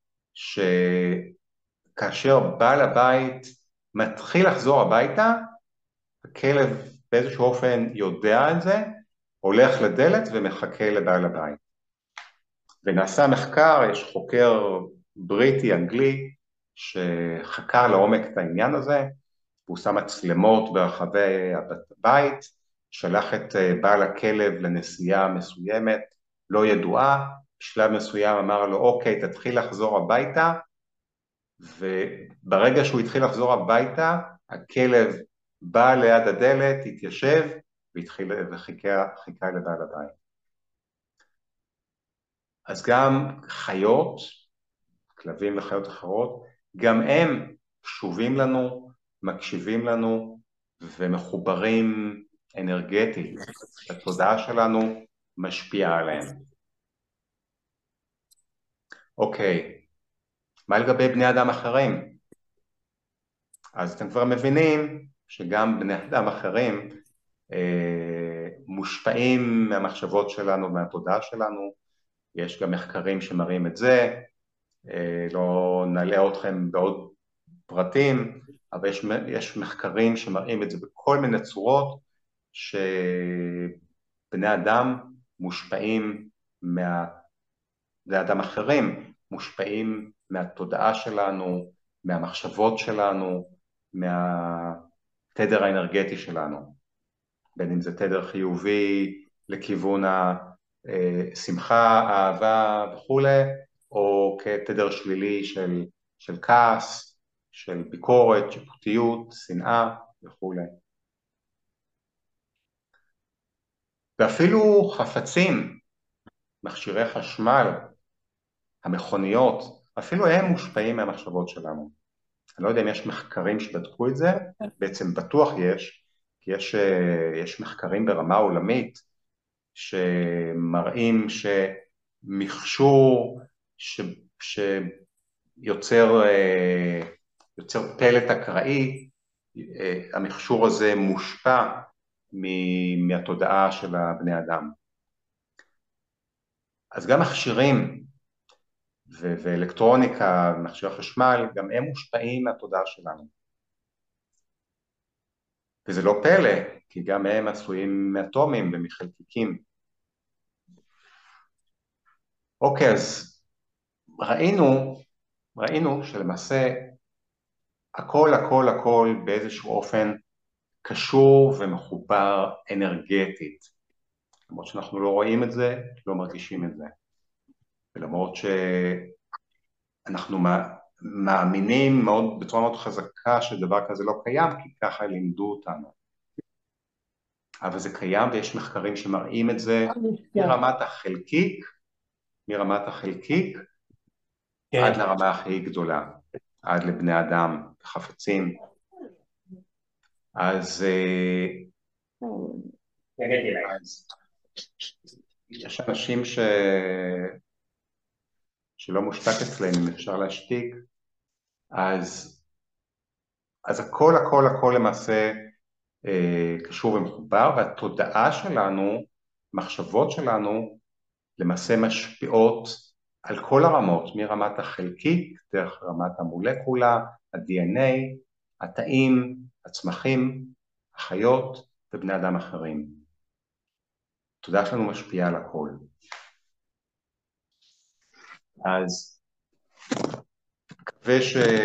שכאשר בעל הבית מתחיל לחזור הביתה, הכלב באיזשהו אופן יודע על זה, הולך לדלת ומחכה לבעל הבית. ונעשה מחקר, יש חוקר בריטי, אנגלי, שחקר לעומק את העניין הזה, הוא שם מצלמות ברחבי הבית, שלח את בעל הכלב לנסיעה מסוימת, לא ידועה, בשלב מסוים אמר לו, אוקיי, תתחיל לחזור הביתה, וברגע שהוא התחיל לחזור הביתה, הכלב בא ליד הדלת, התיישב, והתחיל וחיכה חיכה לבעל הבית. אז גם חיות, כלבים וחיות אחרות, גם הם קשובים לנו, מקשיבים לנו, ומחוברים אנרגטית. התודעה שלנו משפיעה עליהם. אוקיי, מה לגבי בני אדם אחרים? אז אתם כבר מבינים שגם בני אדם אחרים אה, מושפעים מהמחשבות שלנו, מהתודעה שלנו. יש גם מחקרים שמראים את זה, אה, לא נעלה אתכם בעוד פרטים, אבל יש, יש מחקרים שמראים את זה בכל מיני צורות, שבני אדם מושפעים מה... בני אדם אחרים מושפעים מהתודעה שלנו, מהמחשבות שלנו, מהתדר האנרגטי שלנו, בין אם זה תדר חיובי לכיוון השמחה, האהבה וכו', או כתדר שלילי של, של כעס, של ביקורת, שיפוטיות, שנאה וכו'. ואפילו חפצים, מכשירי חשמל, המכוניות, אפילו הם מושפעים מהמחשבות שלנו. אני לא יודע אם יש מחקרים שבדקו את זה, בעצם בטוח יש, כי יש, יש מחקרים ברמה עולמית שמראים שמכשור ש, שיוצר יוצר פלט אקראי, המכשור הזה מושפע מהתודעה של הבני אדם. אז גם מכשירים ו- ואלקטרוניקה, מכשירי חשמל, גם הם מושפעים מהתודעה שלנו. וזה לא פלא, כי גם הם עשויים מאטומים ומחלקיקים. אוקיי, אז ראינו, ראינו שלמעשה הכל הכל הכל באיזשהו אופן קשור ומחובר אנרגטית. למרות שאנחנו לא רואים את זה, לא מרגישים את זה. ולמרות שאנחנו מאמינים מאוד, בצורה מאוד חזקה שדבר כזה לא קיים, כי ככה לימדו אותנו. אבל זה קיים ויש מחקרים שמראים את זה מרמת החלקיק, מרמת החלקיק כן. עד לרמה הכי גדולה, עד לבני אדם, חפצים. אז, אז יש אנשים ש... שלא מושתק אצלם, אם אפשר להשתיק, אז אז הכל הכל הכל למעשה אה, קשור ומחובר, והתודעה שלנו, מחשבות שלנו, למעשה משפיעות על כל הרמות, מרמת החלקיק, דרך רמת המולקולה, ה-די אן איי, התאים, הצמחים, החיות ובני אדם אחרים. התודעה שלנו משפיעה על הכל. אז מקווה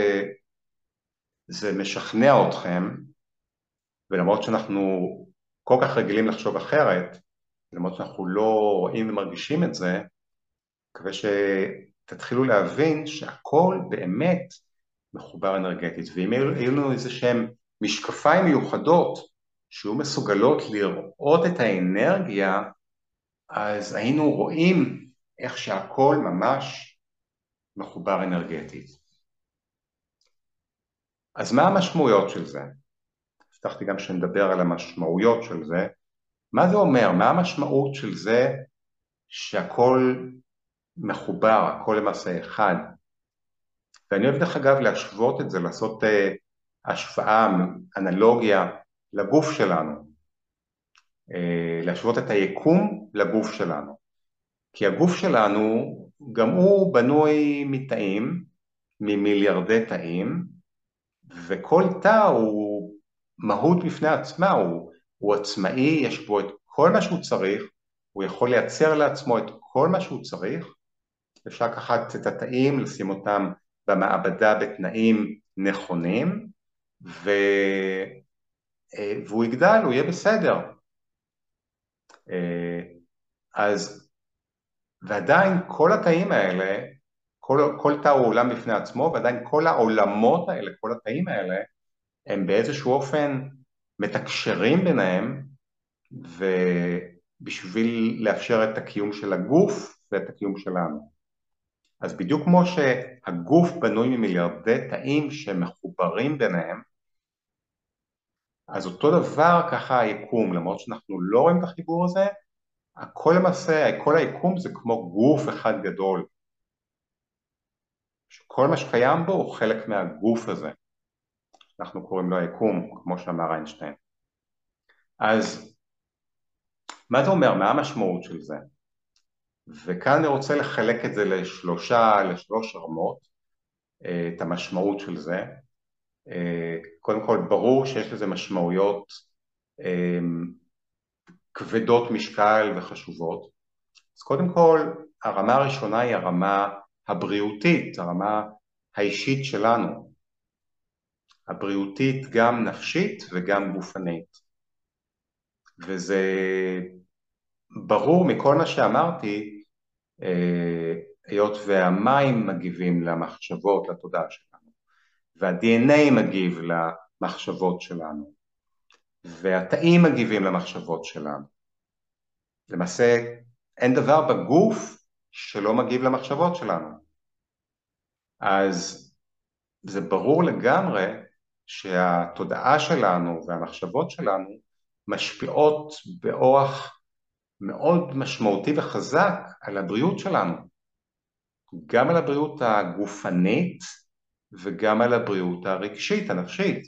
שזה משכנע אתכם, ולמרות שאנחנו כל כך רגילים לחשוב אחרת, למרות שאנחנו לא רואים ומרגישים את זה, מקווה שתתחילו להבין שהכל באמת מחובר אנרגטית, ואם היו לנו איזה שהם משקפיים מיוחדות שיהיו מסוגלות לראות את האנרגיה, אז היינו רואים איך שהכל ממש מחובר אנרגטית. אז מה המשמעויות של זה? הבטחתי גם שנדבר על המשמעויות של זה. מה זה אומר? מה המשמעות של זה שהכל מחובר, הכל למעשה אחד? ואני אוהב דרך אגב להשוות את זה, לעשות uh, השוואה, אנלוגיה לגוף שלנו, uh, להשוות את היקום לגוף שלנו. כי הגוף שלנו, גם הוא בנוי מתאים, ממיליארדי תאים, וכל תא הוא מהות בפני עצמה, הוא, הוא עצמאי, יש בו את כל מה שהוא צריך, הוא יכול לייצר לעצמו את כל מה שהוא צריך, אפשר לקחת את התאים, לשים אותם במעבדה בתנאים נכונים, ו... והוא יגדל, הוא יהיה בסדר. אז, ועדיין כל התאים האלה, כל, כל תא הוא עולם בפני עצמו, ועדיין כל העולמות האלה, כל התאים האלה, הם באיזשהו אופן מתקשרים ביניהם, ובשביל לאפשר את הקיום של הגוף ואת הקיום שלנו. אז בדיוק כמו שהגוף בנוי ממיליארדי תאים שמחוברים ביניהם, אז אותו דבר ככה היקום, למרות שאנחנו לא רואים את החיבור הזה, הכל למעשה, כל היקום זה כמו גוף אחד גדול, שכל מה שקיים בו הוא חלק מהגוף הזה, אנחנו קוראים לו היקום, כמו שאמר איינשטיין. אז מה זה אומר? מה המשמעות של זה? וכאן אני רוצה לחלק את זה לשלושה, לשלוש רמות, את המשמעות של זה. קודם כל, ברור שיש לזה משמעויות כבדות משקל וחשובות. אז קודם כל, הרמה הראשונה היא הרמה הבריאותית, הרמה האישית שלנו. הבריאותית גם נפשית וגם גופנית. וזה ברור מכל מה שאמרתי, היות והמים מגיבים למחשבות, לתודעה שלנו, וה-די אן איי מגיב למחשבות שלנו, והתאים מגיבים למחשבות שלנו. למעשה, אין דבר בגוף שלא מגיב למחשבות שלנו. אז זה ברור לגמרי שהתודעה שלנו והמחשבות שלנו משפיעות באורח מאוד משמעותי וחזק על הבריאות שלנו. גם על הבריאות הגופנית וגם על הבריאות הרגשית, הנפשית.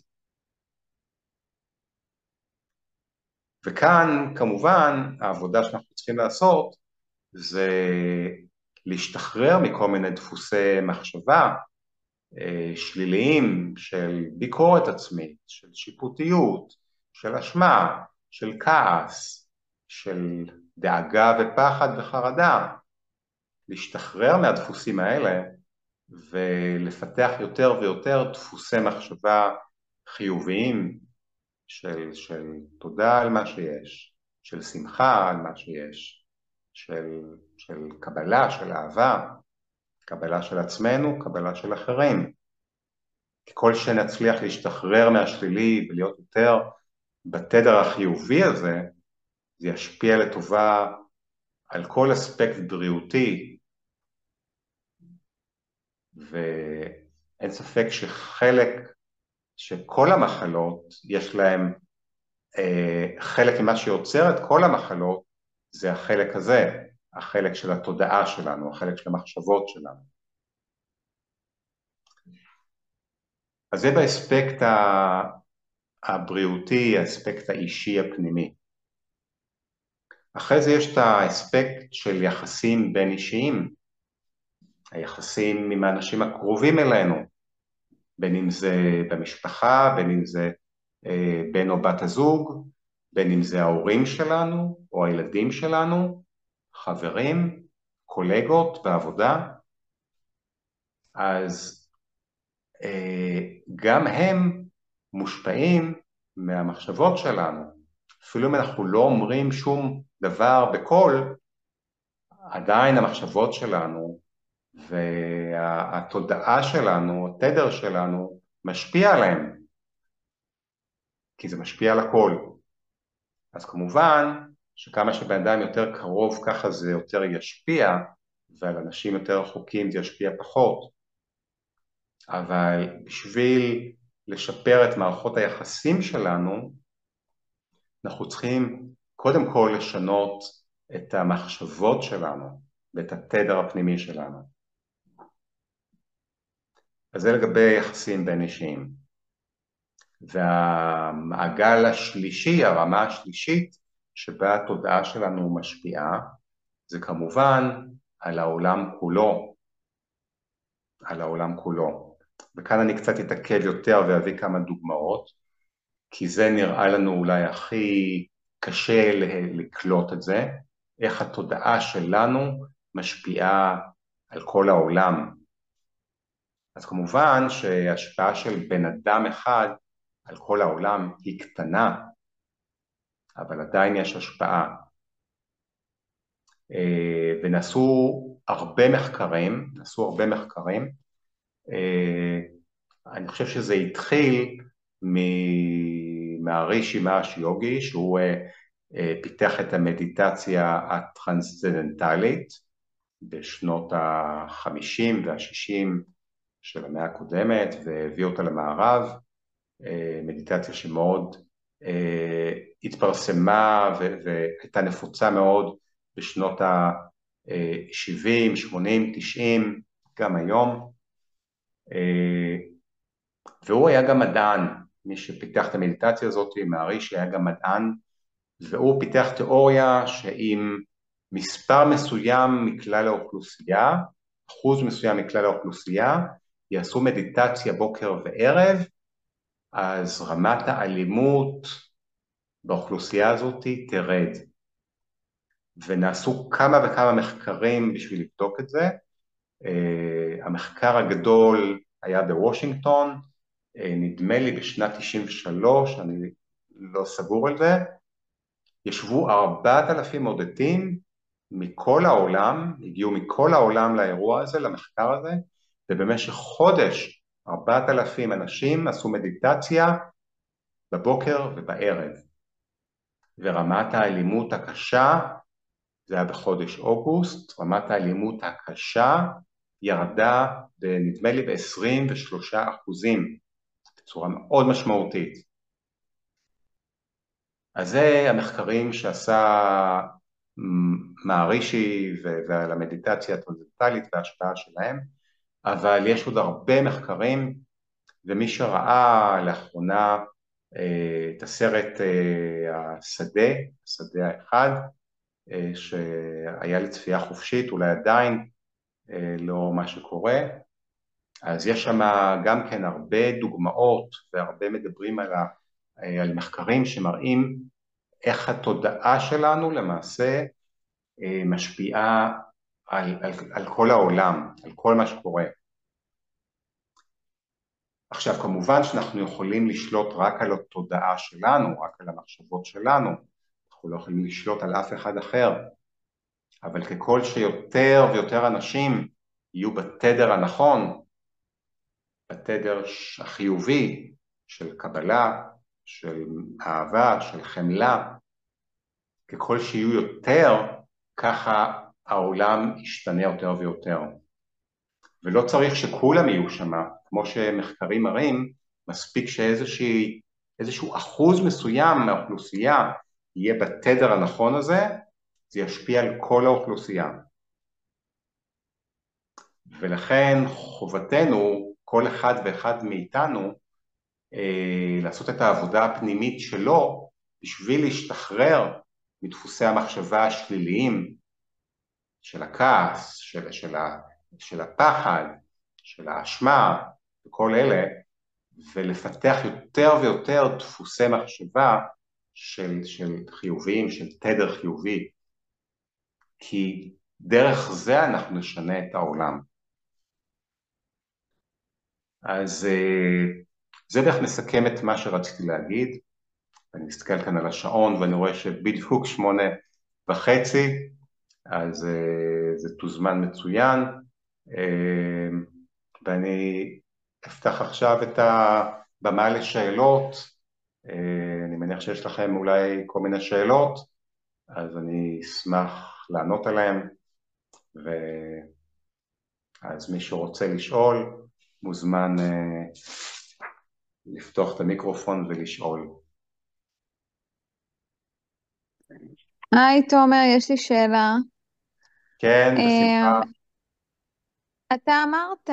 וכאן כמובן העבודה שאנחנו צריכים לעשות זה להשתחרר מכל מיני דפוסי מחשבה שליליים של ביקורת עצמית, של שיפוטיות, של אשמה, של כעס, של דאגה ופחד וחרדה. להשתחרר מהדפוסים האלה ולפתח יותר ויותר דפוסי מחשבה חיוביים של, של תודה על מה שיש, של שמחה על מה שיש, של, של קבלה, של אהבה, קבלה של עצמנו, קבלה של אחרים. ככל שנצליח להשתחרר מהשלילי ולהיות יותר בתדר החיובי הזה, זה ישפיע לטובה על כל אספקט בריאותי, ואין ספק שחלק, שכל המחלות יש להם, אה, חלק ממה שיוצר את כל המחלות, זה החלק הזה, החלק של התודעה שלנו, החלק של המחשבות שלנו. אז זה באספקט הבריאותי, האספקט האישי הפנימי. אחרי זה יש את האספקט של יחסים בין אישיים, היחסים עם האנשים הקרובים אלינו, בין אם זה במשפחה, בין אם זה אה, בן או בת הזוג, בין אם זה ההורים שלנו או הילדים שלנו, חברים, קולגות בעבודה. אז אה, גם הם מושפעים מהמחשבות שלנו. אפילו אם אנחנו לא אומרים שום דבר בקול, עדיין המחשבות שלנו והתודעה שלנו, התדר שלנו, משפיע עליהם, כי זה משפיע על הכל. אז כמובן שכמה שבן אדם יותר קרוב ככה זה יותר ישפיע, ועל אנשים יותר רחוקים זה ישפיע פחות. אבל בשביל לשפר את מערכות היחסים שלנו, אנחנו צריכים קודם כל לשנות את המחשבות שלנו ואת התדר הפנימי שלנו. אז זה לגבי יחסים בין אישיים. והמעגל השלישי, הרמה השלישית, שבה התודעה שלנו משפיעה, זה כמובן על העולם כולו. על העולם כולו. וכאן אני קצת אתעכב יותר ואביא כמה דוגמאות, כי זה נראה לנו אולי הכי קשה לקלוט את זה, איך התודעה שלנו משפיעה על כל העולם. אז כמובן שההשפעה של בן אדם אחד על כל העולם היא קטנה, אבל עדיין יש השפעה. ונעשו הרבה מחקרים, נעשו הרבה מחקרים, אני חושב שזה התחיל מהרישי מהראש יוגי, שהוא פיתח את המדיטציה הטרנסצנדנטלית בשנות ה-חמישים וה-שישים של המאה הקודמת, והביא אותה למערב, מדיטציה שמאוד התפרסמה והייתה נפוצה מאוד בשנות ה-שבעים, שמונים, תשעים, גם היום. והוא היה גם מדען, מי שפיתח את המדיטציה הזאת, מהרישי היה גם מדען, והוא פיתח תיאוריה שעם מספר מסוים מכלל האוכלוסייה, אחוז מסוים מכלל האוכלוסייה, יעשו מדיטציה בוקר וערב, אז רמת האלימות באוכלוסייה הזאת תרד. ונעשו כמה וכמה מחקרים בשביל לבדוק את זה. המחקר הגדול היה בוושינגטון, נדמה לי בשנת תשעים ושלוש, אני לא סגור על זה. ישבו ארבעת אלפים מודדים מכל העולם, הגיעו מכל העולם לאירוע הזה, למחקר הזה, ובמשך חודש ארבעת אלפים אנשים עשו מדיטציה בבוקר ובערב. ורמת האלימות הקשה, זה היה בחודש אוגוסט, רמת האלימות הקשה ירדה, נדמה לי ב-עשרים ושלושה אחוזים, בצורה מאוד משמעותית. אז זה המחקרים שעשה מהרישי ועל המדיטציה הטרנסצנדנטלית וההשפעה שלהם, אבל יש עוד הרבה מחקרים, ומי שראה לאחרונה את הסרט השדה, השדה האחד, שהיה לצפייה חופשית, אולי עדיין לא מה שקורה, אז יש שם גם כן הרבה דוגמאות והרבה מדברים על, ה, על מחקרים שמראים איך התודעה שלנו למעשה משפיעה על, על, על כל העולם, על כל מה שקורה. עכשיו כמובן שאנחנו יכולים לשלוט רק על התודעה שלנו, רק על המחשבות שלנו, אנחנו לא יכולים לשלוט על אף אחד אחר, אבל ככל שיותר ויותר אנשים יהיו בתדר הנכון, בתדר החיובי של קבלה, של אהבה, של חמלה, ככל שיהיו יותר, ככה העולם ישתנה יותר ויותר. ולא צריך שכולם יהיו שם, כמו שמחקרים מראים, מספיק שאיזשהו אחוז מסוים מהאוכלוסייה יהיה בתדר הנכון הזה, זה ישפיע על כל האוכלוסייה. ולכן חובתנו, כל אחד ואחד מאיתנו, אה, לעשות את העבודה הפנימית שלו בשביל להשתחרר מדפוסי המחשבה השליליים של הכעס, של, של, ה, של הפחד, של האשמה וכל אלה, ולפתח יותר ויותר דפוסי מחשבה של, של חיוביים, של תדר חיובי, כי דרך זה אנחנו נשנה את העולם. אז זה בערך מסכם את מה שרציתי להגיד. אני מסתכל כאן על השעון ואני רואה שבדיוק שמונה וחצי, אז זה תוזמן מצוין, ואני אפתח עכשיו את הבמה לשאלות. אני מניח שיש לכם אולי כל מיני שאלות, אז אני אשמח לענות עליהן, ואז מי שרוצה לשאול מוזמן לפתוח את המיקרופון ולשאול. היי תומר, יש לי שאלה. כן, בשמחה. אמ, אתה אמרת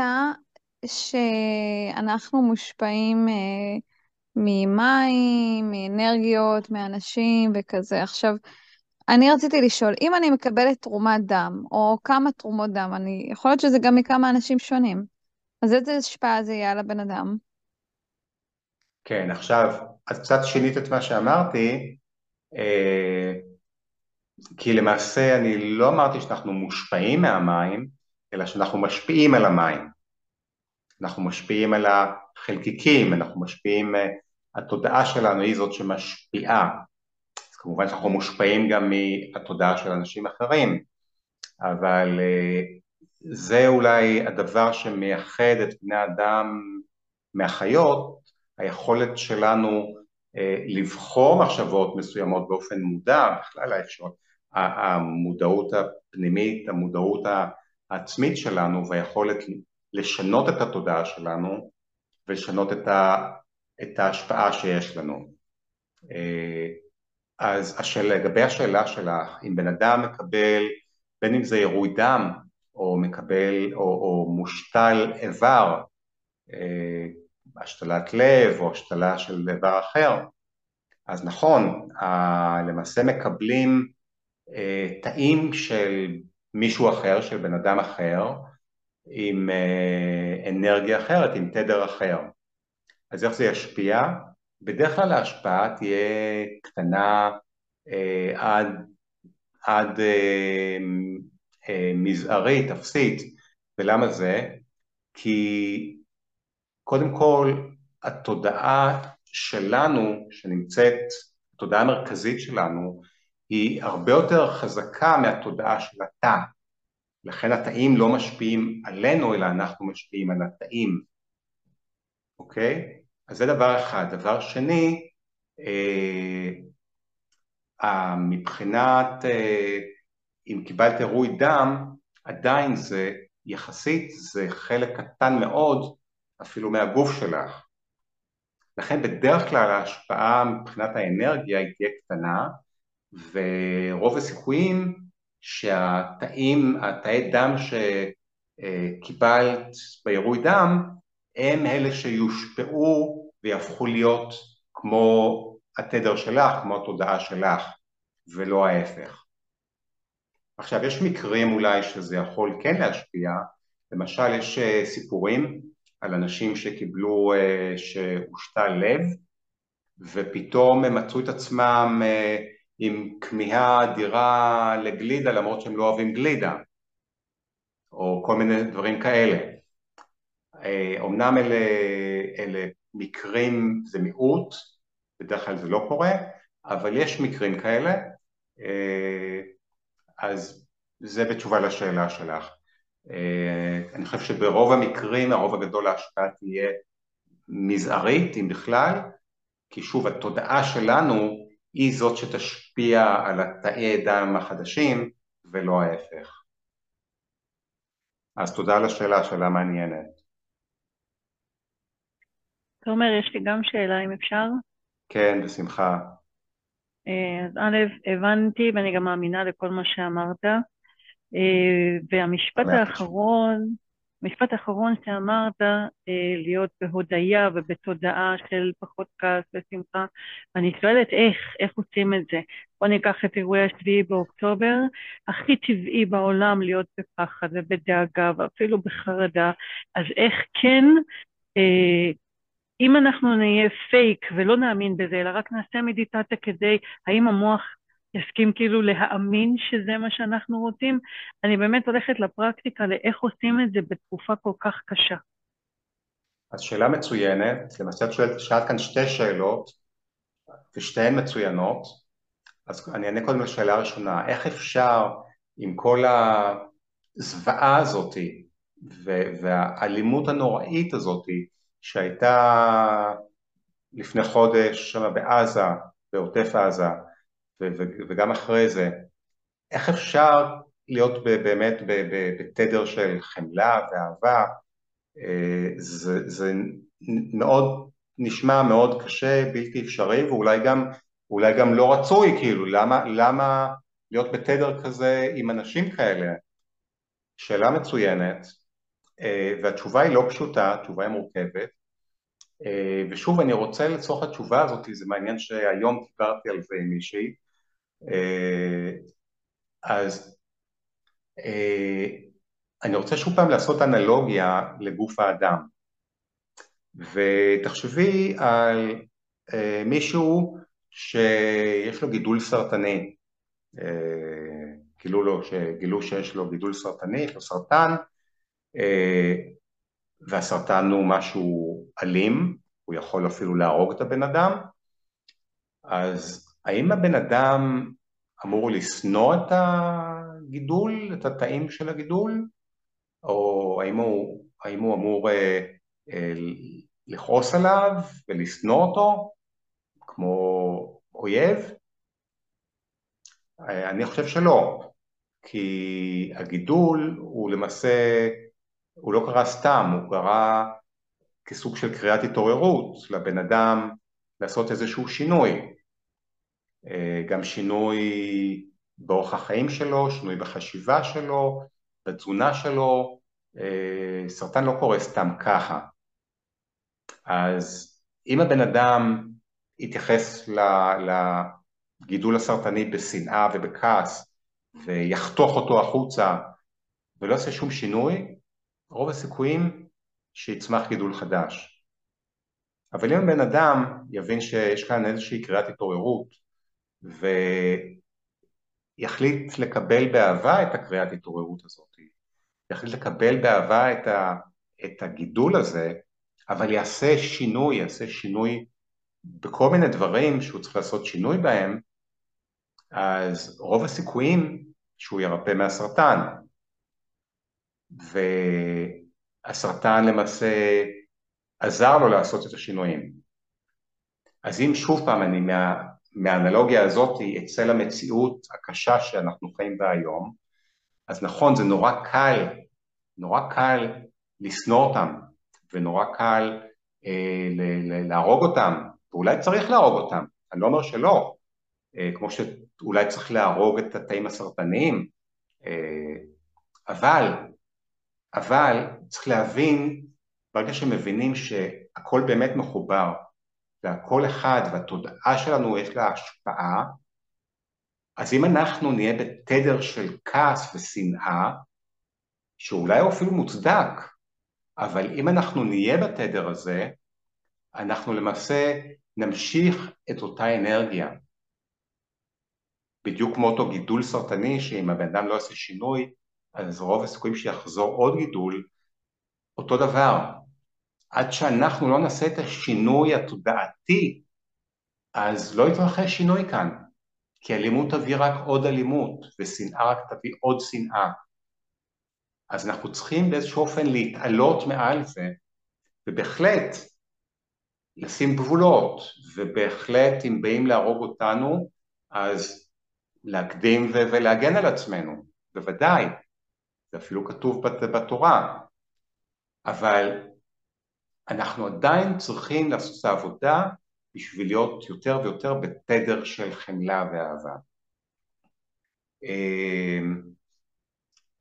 שאנחנו מושפעים אה, ממים, מאנרגיות, מאנשים וכזה. עכשיו, אני רציתי לשאול, אם אני מקבלת תרומת דם, או כמה תרומות דם, אני, יכול להיות שזה גם מכמה אנשים שונים, אז איזה השפעה זה יהיה על הבן אדם? כן, עכשיו, את קצת שינית את מה שאמרתי, אה, כי למעשה אני לא אמרתי שאנחנו מושפעים מהמים, אלא שאנחנו משפיעים על המים. אנחנו משפיעים על החלקיקים, אנחנו משפיעים, התודעה שלנו היא זאת שמשפיעה. אז כמובן שאנחנו מושפעים גם מהתודעה של אנשים אחרים, אבל זה אולי הדבר שמייחד את בני אדם מהחיות, היכולת שלנו לבחור מחשבות מסוימות באופן מודע, בכלל האפשרות, המודעות הפנימית, המודעות העצמית שלנו והיכולת לשנות את התודעה שלנו ולשנות את, ה, את ההשפעה שיש לנו. אז השאלה, לגבי השאלה שלך, אם בן אדם מקבל, בין אם זה עירוי דם או מקבל או, או מושתל איבר, השתלת לב או השתלה של איבר אחר, אז נכון, למעשה מקבלים תאים של מישהו אחר, של בן אדם אחר, עם אנרגיה אחרת, עם תדר אחר. אז איך זה ישפיע? בדרך כלל ההשפעה תהיה קטנה עד, עד מזערית, אפסית. ולמה זה? כי קודם כל, התודעה שלנו, שנמצאת, התודעה המרכזית שלנו, היא הרבה יותר חזקה מהתודעה של התא. לכן התאים לא משפיעים עלינו, אלא אנחנו משפיעים על התאים. אוקיי? אז זה דבר אחד. דבר שני, אה, מבחינת, אה, אם קיבלת עירוי דם, עדיין זה יחסית, זה חלק קטן מאוד, אפילו מהגוף שלך. לכן בדרך כלל ההשפעה מבחינת האנרגיה היא תהיה קטנה, ורוב הסיכויים שהתאים, התאי דם שקיבלת בעירוי דם, הם אלה שיושפעו ויהפכו להיות כמו התדר שלך, כמו התודעה שלך, ולא ההפך. עכשיו, יש מקרים אולי שזה יכול כן להשפיע, למשל יש סיפורים על אנשים שקיבלו, שהושתל לב, ופתאום הם מצאו את עצמם עם כמיהה אדירה לגלידה, למרות שהם לא אוהבים גלידה, או כל מיני דברים כאלה. אמנם אלה, אלה מקרים, זה מיעוט, בדרך כלל זה לא קורה, אבל יש מקרים כאלה, אז זה בתשובה לשאלה שלך. אני חושב שברוב המקרים, הרוב הגדול ההשפעה תהיה מזערית, אם בכלל, כי שוב, התודעה שלנו היא זאת שתשפיע על התאי דם החדשים, ולא ההפך. אז תודה על השאלה, שאלה מעניינת. תומר, יש לי גם שאלה אם אפשר. כן, בשמחה. אז א', הבנתי ואני גם מאמינה לכל מה שאמרת. והמשפט האחרון, משפט אחרון שאמרת, אה, להיות בהודיה ובתודעה של פחות כעס ושמחה. אני שואלת איך, איך עושים את זה? בוא ניקח את אירועי השביעי באוקטובר, הכי טבעי בעולם להיות בפחד ובדאגה ואפילו בחרדה, אז איך כן, אה, אם אנחנו נהיה פייק ולא נאמין בזה, אלא רק נעשה מדיטציה כדי, האם המוח יסכים כאילו להאמין שזה מה שאנחנו רוצים? אני באמת הולכת לפרקטיקה לאיך עושים את זה בתקופה כל כך קשה. אז שאלה מצוינת, למעשה את שואלת, שאלת כאן שתי שאלות, ושתיהן מצוינות, אז אני אענה קודם לשאלה הראשונה, איך אפשר עם כל הזוועה הזאת והאלימות הנוראית הזאת שהייתה לפני חודש שם בעזה, בעוטף עזה, וגם אחרי זה, איך אפשר להיות באמת בתדר של חמלה ואהבה? זה, זה מאוד נשמע מאוד קשה, בלתי אפשרי, ואולי גם, אולי גם לא רצוי, כאילו, למה, למה להיות בתדר כזה עם אנשים כאלה? שאלה מצוינת, והתשובה היא לא פשוטה, התשובה היא מורכבת, ושוב אני רוצה לצורך התשובה הזאת, זה מעניין שהיום דיברתי על זה עם מישהי, אז אני רוצה שוב פעם לעשות אנלוגיה לגוף האדם, ותחשבי על מישהו שיש לו גידול סרטני, גילו לו, שגילו שיש לו גידול סרטני, יש לו סרטן, והסרטן הוא משהו אלים, הוא יכול אפילו להרוג את הבן אדם, אז האם הבן אדם אמור לשנוא את הגידול, את התאים של הגידול, או האם הוא, האם הוא אמור אה, אה, לכעוס עליו ולשנוא אותו כמו אויב? אה, אני חושב שלא, כי הגידול הוא למעשה, הוא לא קרה סתם, הוא קרה כסוג של קריאת התעוררות לבן אדם לעשות איזשהו שינוי, אה, גם שינוי באורח החיים שלו, שינוי בחשיבה שלו, בתזונה שלו, סרטן לא קורה סתם ככה. אז אם הבן אדם יתייחס לגידול הסרטני בשנאה ובכעס, ויחתוך אותו החוצה, ולא יעשה שום שינוי, רוב הסיכויים שיצמח גידול חדש. אבל אם הבן אדם יבין שיש כאן איזושהי קריאת התעוררות, ויחליט לקבל באהבה את הקריאת התעוררות הזאת, יחליט לקבל באהבה את, ה, את הגידול הזה, אבל יעשה שינוי, יעשה שינוי בכל מיני דברים שהוא צריך לעשות שינוי בהם, אז רוב הסיכויים שהוא ירפא מהסרטן. והסרטן למעשה עזר לו לעשות את השינויים. אז אם שוב פעם אני מה, מהאנלוגיה הזאת אצל המציאות הקשה שאנחנו חיים בה היום, אז נכון, זה נורא קל, נורא קל לשנוא אותם, ונורא קל אה, להרוג אותם, ואולי צריך להרוג אותם, אני לא אומר שלא, אה, כמו שאולי צריך להרוג את התאים הסרטניים, אה, אבל, אבל צריך להבין, ברגע שמבינים שהכל באמת מחובר, והכל אחד, והתודעה שלנו יש לה השפעה, אז אם אנחנו נהיה בתדר של כעס ושנאה, שאולי הוא אפילו מוצדק, אבל אם אנחנו נהיה בתדר הזה, אנחנו למעשה נמשיך את אותה אנרגיה. בדיוק כמו אותו גידול סרטני, שאם הבן אדם לא יעשה שינוי, אז רוב הסיכויים שיחזור עוד גידול, אותו דבר. עד שאנחנו לא נעשה את השינוי התודעתי, אז לא יתרחש שינוי כאן, כי אלימות תביא רק עוד אלימות, ושנאה רק תביא עוד שנאה. אז אנחנו צריכים באיזשהו אופן להתעלות מעל זה, ובהחלט לשים גבולות, ובהחלט אם באים להרוג אותנו, אז להקדים ולהגן על עצמנו, בוודאי, זה אפילו כתוב בתורה, אבל אנחנו עדיין צריכים לעשות את העבודה, בשביל להיות יותר ויותר בתדר של חמלה ואהבה.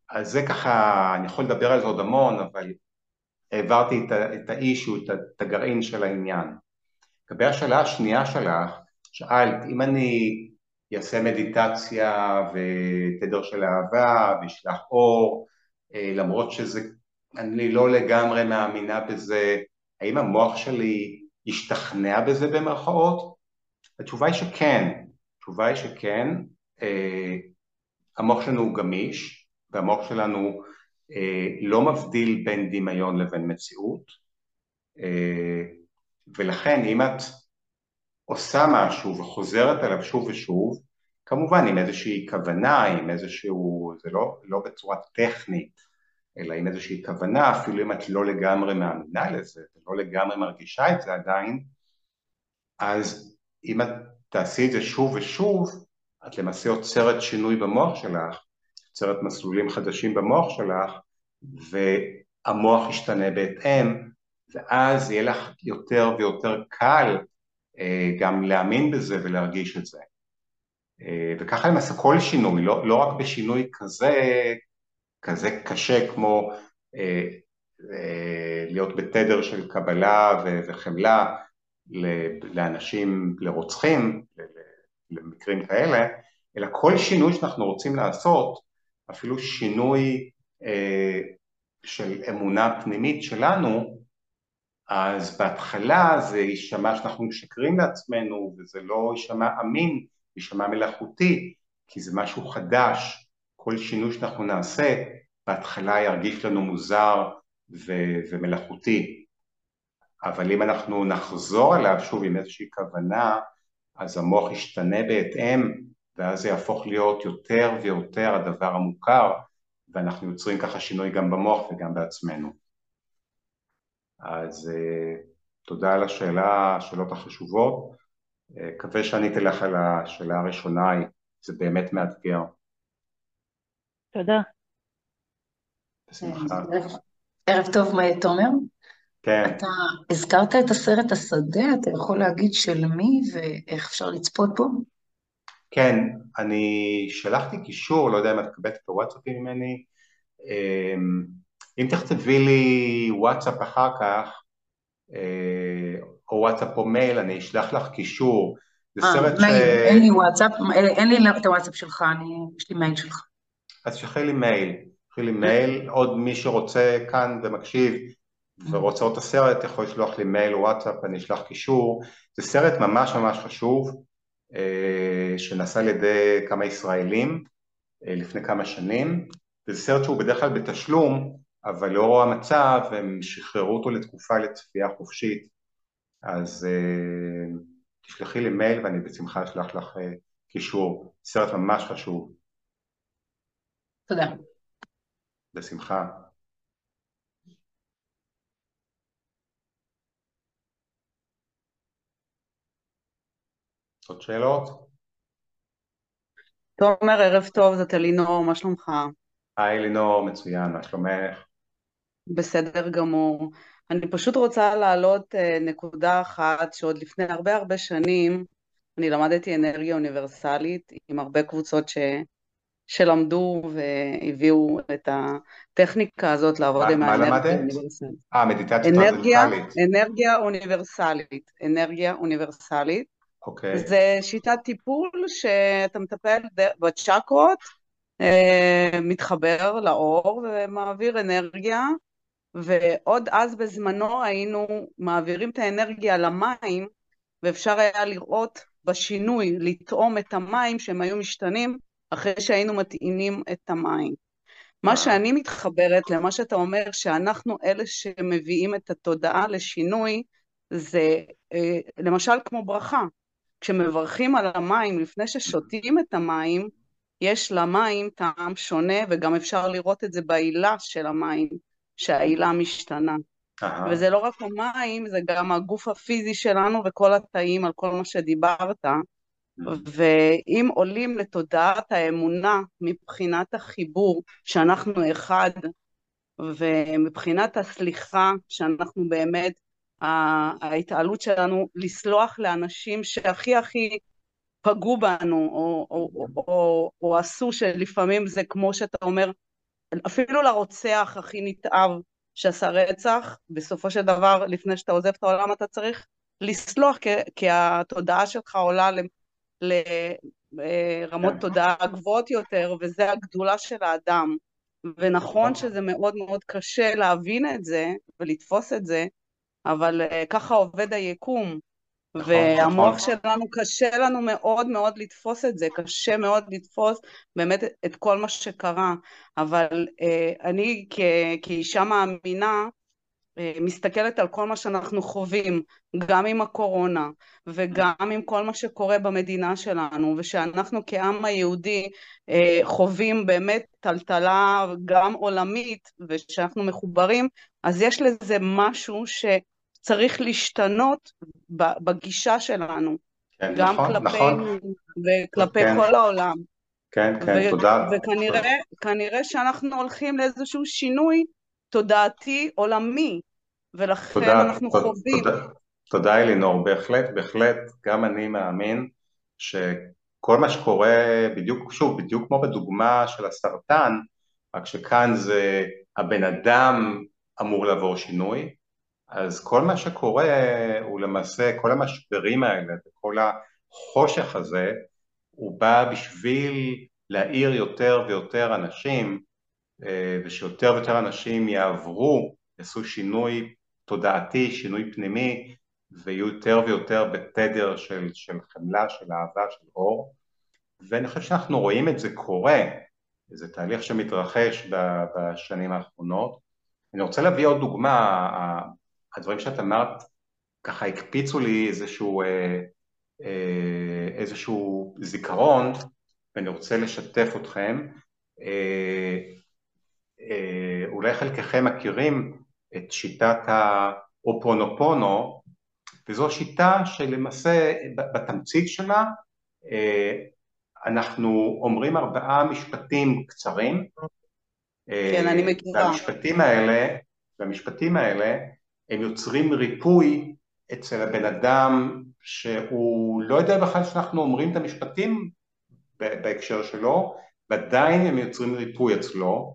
אז זה ככה, אני יכול לדבר על זה עוד המון, אבל העברתי את, ה- את האישו, את, ה- את הגרעין של העניין. לגבי השאלה השנייה שלך, שאלת, אם אני אעשה מדיטציה ותדר של אהבה וישלח אור, אה, למרות שזה, אני לא לגמרי מאמינה בזה, האם המוח שלי ישתכנע בזה במרכאות? התשובה היא שכן, התשובה היא שכן, אה, המוח שלנו הוא גמיש, והמוח שלנו אה, לא מבדיל בין דמיון לבין מציאות, אה, ולכן אם את עושה משהו וחוזרת עליו שוב ושוב, כמובן עם איזושהי כוונה, עם איזשהו, זה לא, לא בצורה טכנית, אלא עם איזושהי כוונה, אפילו אם את לא לגמרי מאמינה לזה, לא לגמרי מרגישה את זה עדיין, אז אם את תעשי את זה שוב ושוב, את למעשה יוצרת שינוי במוח שלך, יוצרת מסלולים חדשים במוח שלך, והמוח ישתנה בהתאם, ואז יהיה לך יותר ויותר קל גם להאמין בזה ולהרגיש את זה. וככה למעשה כל שינוי, לא, לא רק בשינוי כזה, כזה קשה כמו אה, אה, להיות בתדר של קבלה וחמלה לאנשים, לרוצחים, למקרים כאלה, אלא כל שינוי שאנחנו רוצים לעשות, אפילו שינוי אה, של אמונה פנימית שלנו, אז בהתחלה זה יישמע שאנחנו משקרים לעצמנו, וזה לא יישמע אמין, יישמע מלאכותי, כי זה משהו חדש. כל שינוי שאנחנו נעשה, בהתחלה ירגיש לנו מוזר ו- ומלאכותי. אבל אם אנחנו נחזור עליו שוב עם איזושהי כוונה, אז המוח ישתנה בהתאם, ואז זה יהפוך להיות יותר ויותר הדבר המוכר, ואנחנו יוצרים ככה שינוי גם במוח וגם בעצמנו. אז תודה על השאלה, השאלות החשובות. מקווה שעניתי לך על השאלה הראשונה, זה באמת מאתגר. תודה. בשמחה. ערב טוב, תומר. כן. אתה הזכרת את הסרט השדה, אתה יכול להגיד של מי ואיך אפשר לצפות בו? כן, אני שלחתי קישור, לא יודע אם את קבלת את הוואטסאפים ממני, אם תכתבי לי וואטסאפ אחר כך, או וואטסאפ או מייל, אני אשלח לך קישור. זה סרט ש... אין לי וואטסאפ, אין לי את הוואטסאפ שלך, יש לי מייל שלך. אז שלחי לי מייל, שלחי לי מייל, עוד מי שרוצה כאן ומקשיב ורוצה את הסרט, יכול לשלוח לי מייל או וואטסאפ, אני אשלח קישור. זה סרט ממש ממש חשוב, שנעשה על ידי כמה ישראלים לפני כמה שנים, וזה סרט שהוא בדרך כלל בתשלום, אבל לאור המצב הם שחררו אותו לתקופה לצפייה חופשית, אז תשלחי לי מייל ואני בשמחה אשלח לך קישור. סרט ממש חשוב. תודה. בשמחה. עוד שאלות? תומר, ערב טוב, זאת אלינור, מה שלומך? היי אלינור, מצוין, מה שלומך? בסדר גמור. אני פשוט רוצה להעלות uh, נקודה אחת, שעוד לפני הרבה הרבה שנים, אני למדתי אנרגיה אוניברסלית, עם הרבה קבוצות ש... שלמדו והביאו את הטכניקה הזאת לעבוד מה, עם מה האנרגיה למדת? האוניברסלית. אה, מדיטציה אנרגיה, טרנזנטלית. אנרגיה אוניברסלית, אנרגיה אוניברסלית. אוקיי. זה שיטת טיפול שאתה מטפל בצ'קרות, מתחבר לאור ומעביר אנרגיה, ועוד אז בזמנו היינו מעבירים את האנרגיה למים, ואפשר היה לראות בשינוי, לטעום את המים שהם היו משתנים, אחרי שהיינו מטעינים את המים. מה שאני מתחברת למה שאתה אומר, שאנחנו אלה שמביאים את התודעה לשינוי, זה למשל כמו ברכה. כשמברכים על המים, לפני ששותים את המים, יש למים טעם שונה, וגם אפשר לראות את זה בעילה של המים, שהעילה משתנה. וזה לא רק המים, זה גם הגוף הפיזי שלנו וכל התאים על כל מה שדיברת, ואם עולים לתודעת האמונה מבחינת החיבור שאנחנו אחד, ומבחינת הסליחה שאנחנו באמת, ההתעלות שלנו לסלוח לאנשים שהכי הכי פגעו בנו, או, או, או, או, או עשו, שלפעמים זה כמו שאתה אומר, אפילו לרוצח הכי נתעב שעשה רצח, בסופו של דבר, לפני שאתה עוזב את העולם, אתה צריך לסלוח, כי, כי התודעה שלך עולה לרמות כן, תודעה גבוהות יותר, וזה הגדולה של האדם. ונכון נכון, שזה מאוד מאוד קשה להבין את זה ולתפוס את זה, אבל אה, ככה עובד היקום. נכון, והמוח נכון, שלנו קשה לנו מאוד מאוד לתפוס את זה, קשה מאוד לתפוס באמת את כל מה שקרה, אבל אה, אני כ, כאישה מאמינה אה, מסתכלת על כל מה שאנחנו חווים, גם עם הקורונה וגם עם כל מה שקורה במדינה שלנו, ושאנחנו כעם היהודי אה, חווים באמת טלטלה גם עולמית, ושאנחנו מחוברים, אז יש לזה משהו שצריך להשתנות בגישה שלנו, כן, גם נכון, נכון, כלפינו וכלפי כן, כל העולם. כן, כן, ו- תודה, וכנראה כנראה שאנחנו הולכים לאיזשהו שינוי תודעתי עולמי, ולכן תודה, אנחנו תודה, חווים. תודה, תודה אלינור, בהחלט, בהחלט, גם אני מאמין שכל מה שקורה, בדיוק, שוב, בדיוק כמו בדוגמה של הסרטן, רק שכאן זה הבן אדם אמור לעבור שינוי, אז כל מה שקורה הוא למעשה, כל המשברים האלה וכל החושך הזה, הוא בא בשביל להאיר יותר ויותר אנשים, ושיותר ויותר אנשים יעברו, יעשו שינוי תודעתי, שינוי פנימי, ויהיו יותר ויותר בתדר של, של חמלה, של אהבה, של אור, ואני חושב שאנחנו רואים את זה קורה, זה תהליך שמתרחש בשנים האחרונות. אני רוצה להביא עוד דוגמה, הדברים שאת אמרת ככה הקפיצו לי איזשהו, איזשהו זיכרון, ואני רוצה לשתף אתכם. אולי חלקכם מכירים את שיטת האופונופונו, וזו שיטה שלמעשה בתמצית שלה אנחנו אומרים ארבעה משפטים קצרים, כן, אני מכירה. והמשפטים האלה, והמשפטים האלה הם יוצרים ריפוי אצל הבן אדם שהוא לא יודע בכלל שאנחנו אומרים את המשפטים בהקשר שלו, ועדיין הם יוצרים ריפוי אצלו.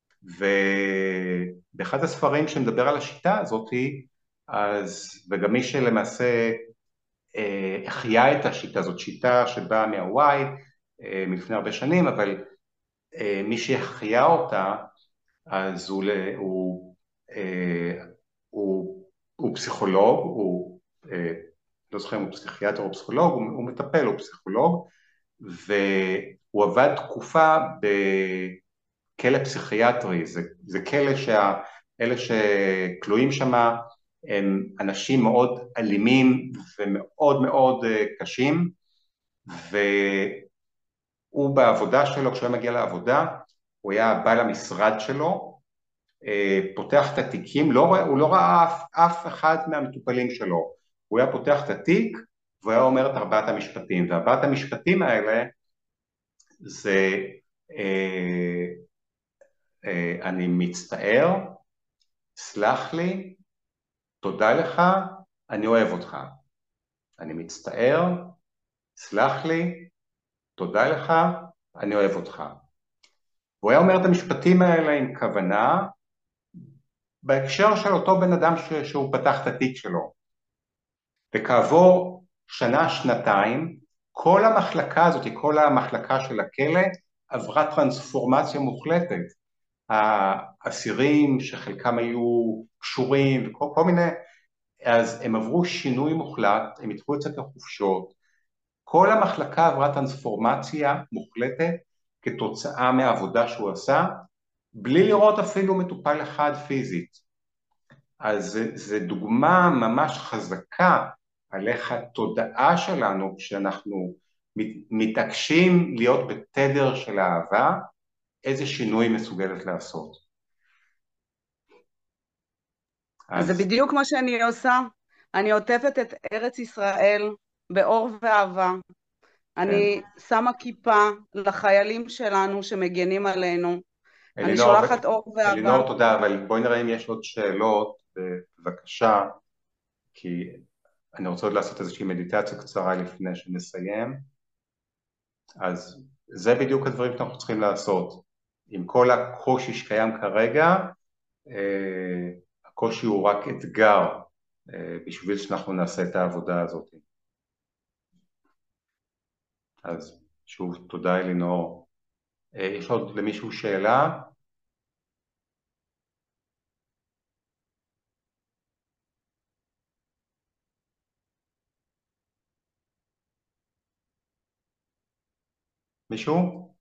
ובאחד הספרים שמדבר על השיטה הזאת, אז, וגם מי שלמעשה אה, החיה את השיטה הזאת, שיטה שבאה מהוואי אה, מלפני הרבה שנים, אבל אה, מי שהחיה אותה, אז הוא, הוא, אה, הוא, הוא פסיכולוג, הוא אה, לא זוכר אם הוא פסיכיאטר או פסיכולוג, הוא, הוא מטפל, הוא פסיכולוג, והוא עבד תקופה בכלא פסיכיאטרי, זה, זה כלא שאלה שכלואים שם הם אנשים מאוד אלימים ומאוד מאוד קשים, והוא בעבודה שלו, כשהוא מגיע לעבודה, הוא היה בא למשרד שלו, פותח את התיקים, לא, הוא לא ראה אף, אף אחד מהמטופלים שלו, הוא היה פותח את התיק, והוא היה אומר את ארבעת המשפטים, וארבעת המשפטים האלה, זה אה, אה, אני מצטער, סלח לי, תודה לך, אני אוהב אותך. אני מצטער, סלח לי, תודה לך, אני אוהב אותך. הוא היה אומר את המשפטים האלה עם כוונה, בהקשר של אותו בן אדם ש... שהוא פתח את התיק שלו. וכעבור שנה, שנתיים, כל המחלקה הזאת, כל המחלקה של הכלא, עברה טרנספורמציה מוחלטת. האסירים שחלקם היו קשורים וכל כל מיני, אז הם עברו שינוי מוחלט, הם התחילו לצאת לחופשות, כל המחלקה עברה טרנספורמציה מוחלטת כתוצאה מהעבודה שהוא עשה, בלי לראות אפילו מטופל אחד פיזית. אז זו דוגמה ממש חזקה על איך התודעה שלנו, כשאנחנו מתעקשים להיות בתדר של אהבה, איזה שינוי מסוגלת לעשות. אז זה בדיוק מה שאני עושה, אני עוטפת את ארץ ישראל באור ואהבה, אני שמה כיפה לחיילים שלנו שמגנים עלינו, אני שולחת אור ואהבה. אלינור, תודה, אבל בואי נראה אם יש עוד שאלות, בבקשה, כי אני רוצה עוד לעשות איזושהי מדיטציה קצרה לפני שנסיים. אז זה בדיוק הדברים שאנחנו צריכים לעשות. עם כל הקושי שקיים כרגע, הקושי הוא רק אתגר בשביל שאנחנו נעשה את העבודה הזאת. אז שוב, תודה אלינור. יש עוד למישהו שאלה? מישהו?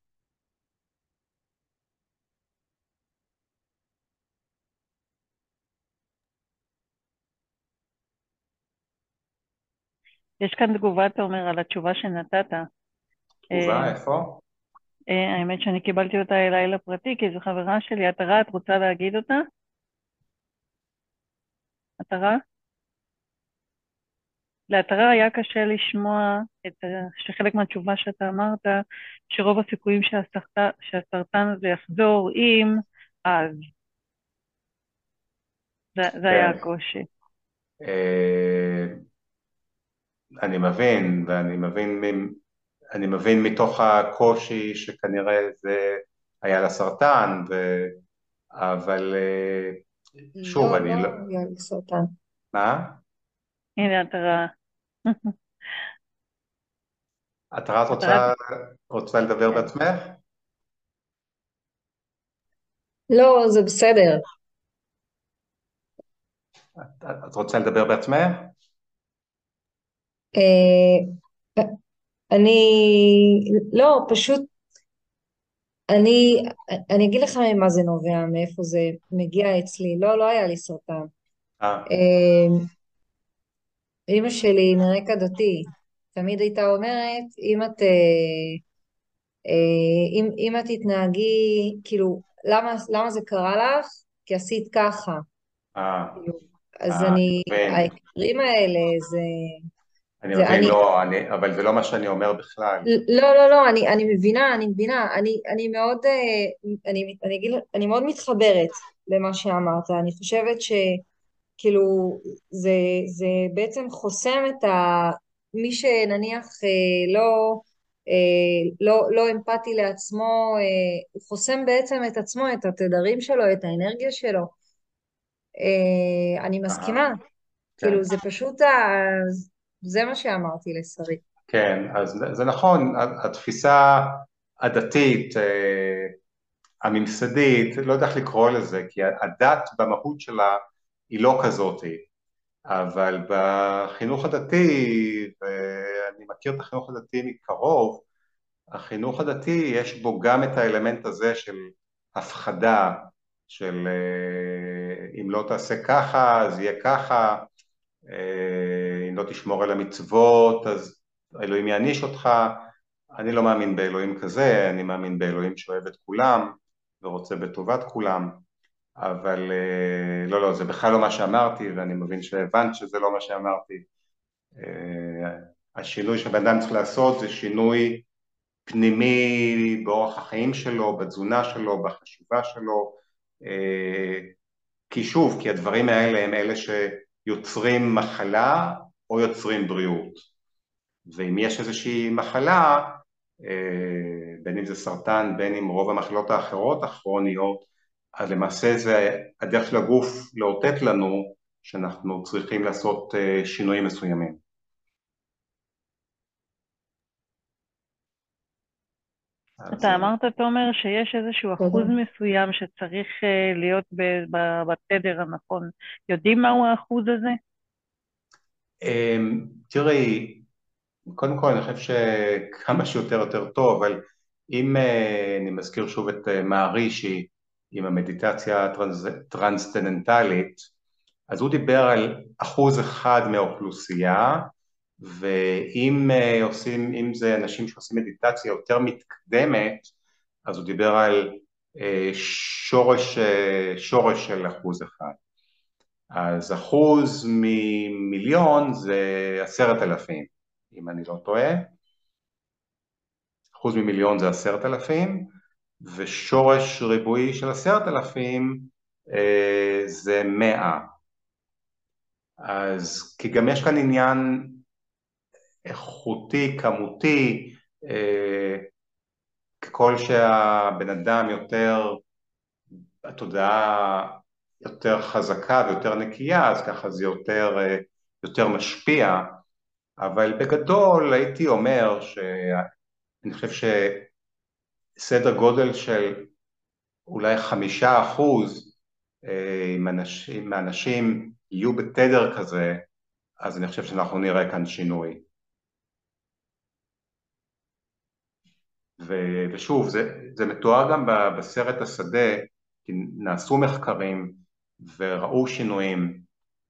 יש כאן תגובה, תומר, על התשובה שנתת. תגובה, אה, איפה? אה, האמת שאני קיבלתי אותה אליי לפרטי, כי זו חברה שלי. עטרה, את רוצה להגיד אותה? עטרה? לעטרה היה קשה לשמוע את, ה- שחלק מהתשובה שאתה אמרת, שרוב הסיכויים שהסרטן, שהסרטן הזה יחזור אם אז. זה, זה היה כן. הקושי. אה, אני מבין, ואני מבין, מ- אני מבין מתוך הקושי שכנראה זה היה לסרטן, ו... אבל אה, שוב, לא, אני לא לא... היה לי סרטן. מה? הנה עטרה. את רק עטרה, רוצה, רוצה לדבר כן. בעצמך? לא, זה בסדר. את, את רוצה לדבר בעצמך? אה, אני, לא, פשוט, אני, אני אגיד לך ממה זה נובע, מאיפה זה מגיע אצלי. לא, לא היה לי סרטן. אה, אה, אמא שלי מרקע דתי, תמיד הייתה אומרת, אם את, אה, אה, אם, אם את תתנהגי, כאילו, למה, למה זה קרה לך? כי עשית ככה. אה, כאילו, אז אה, אני, אני מבין, ההקשרים האלה, זה, אני זה מבין, אני, לא, אני, אבל זה לא מה שאני אומר בכלל. לא, לא, לא, אני, אני מבינה, אני מבינה, אני, אני מאוד, אה, אני, אני אגיד, אני מאוד מתחברת למה שאמרת. אני חושבת שכאילו זה, זה בעצם חוסם את ה... מי שנניח אה, לא, אה, לא, לא אמפתי לעצמו, אה, הוא חוסם בעצם את עצמו, את התדרים שלו, את האנרגיה שלו. אה, אני אה, מסכימה, כן, כאילו זה פשוט, ה... זה מה שאמרתי לשרי. כן, אז זה זה נכון, התפיסה הדתית, אה, הממסדית, לא יודע איך לקרוא לזה, כי הדת במהות שלה היא לא כזאת, אבל בחינוך הדתי, ואני מכיר את החינוך הדתי מקרוב, החינוך הדתי יש בו גם את האלמנט הזה של הפחדה, של אה, אם לא תעשה ככה אז יהיה ככה, אה, אם לא תשמור על המצוות אז אלוהים יעניש אותך. אני לא מאמין באלוהים כזה, אני מאמין באלוהים שאוהב את כולם ורוצה בטובת כולם, אבל אה, לא, לא, זה בכלל לא מה שאמרתי, ואני מבין שהבנת שזה לא מה שאמרתי. אה, השינוי שבן אדם צריך לעשות זה שינוי פנימי באורח החיים שלו, בתזונה שלו, בחשיבה שלו, אה, כי שוב, כי הדברים האלה הם אלה שיוצרים מחלה או יוצרים בריאות. ואם יש איזושהי מחלה, אה, בין אם זה סרטן, בין אם רוב המחלות האחרות הכרוניות, אז למעשה זה הדרך של הגוף לאותת לנו שאנחנו צריכים לעשות אה, שינויים מסוימים. אז אתה אמרת, תומר, שיש איזשהו אחוז תודה. מסוים שצריך אה, להיות ב- ב- בתדר הנכון. יודעים מהו האחוז הזה? אה, תראי, קודם כל אני חושב שכמה שיותר יותר טוב, אבל אם אה, אני מזכיר שוב את אה, מהרישי עם המדיטציה הטרנסצנדנטלית, אז הוא דיבר על אחוז אחד מהאוכלוסייה, ואם אה, עושים, אם זה אנשים שעושים מדיטציה יותר מתקדמת, אז הוא דיבר על אה, שורש, אה, שורש של אחוז אחד. אז אחוז ממיליון זה עשרת אלפים, אם אני לא טועה. אחוז ממיליון זה עשרת אלפים, ושורש ריבועי של עשרת אלפים אה, זה מאה. אז כי גם יש כאן עניין איכותי, כמותי, אה, ככל שהבן אדם יותר, התודעה יותר חזקה ויותר נקייה, אז ככה זה יותר, יותר משפיע, אבל בגדול הייתי אומר שאני חושב שסדר גודל של אולי חמישה אחוז אם אנשים, אנשים יהיו בתדר כזה, אז אני חושב שאנחנו נראה כאן שינוי. ו- ושוב, זה, זה מתואר גם בסרט השדה, כי נעשו מחקרים וראו שינויים,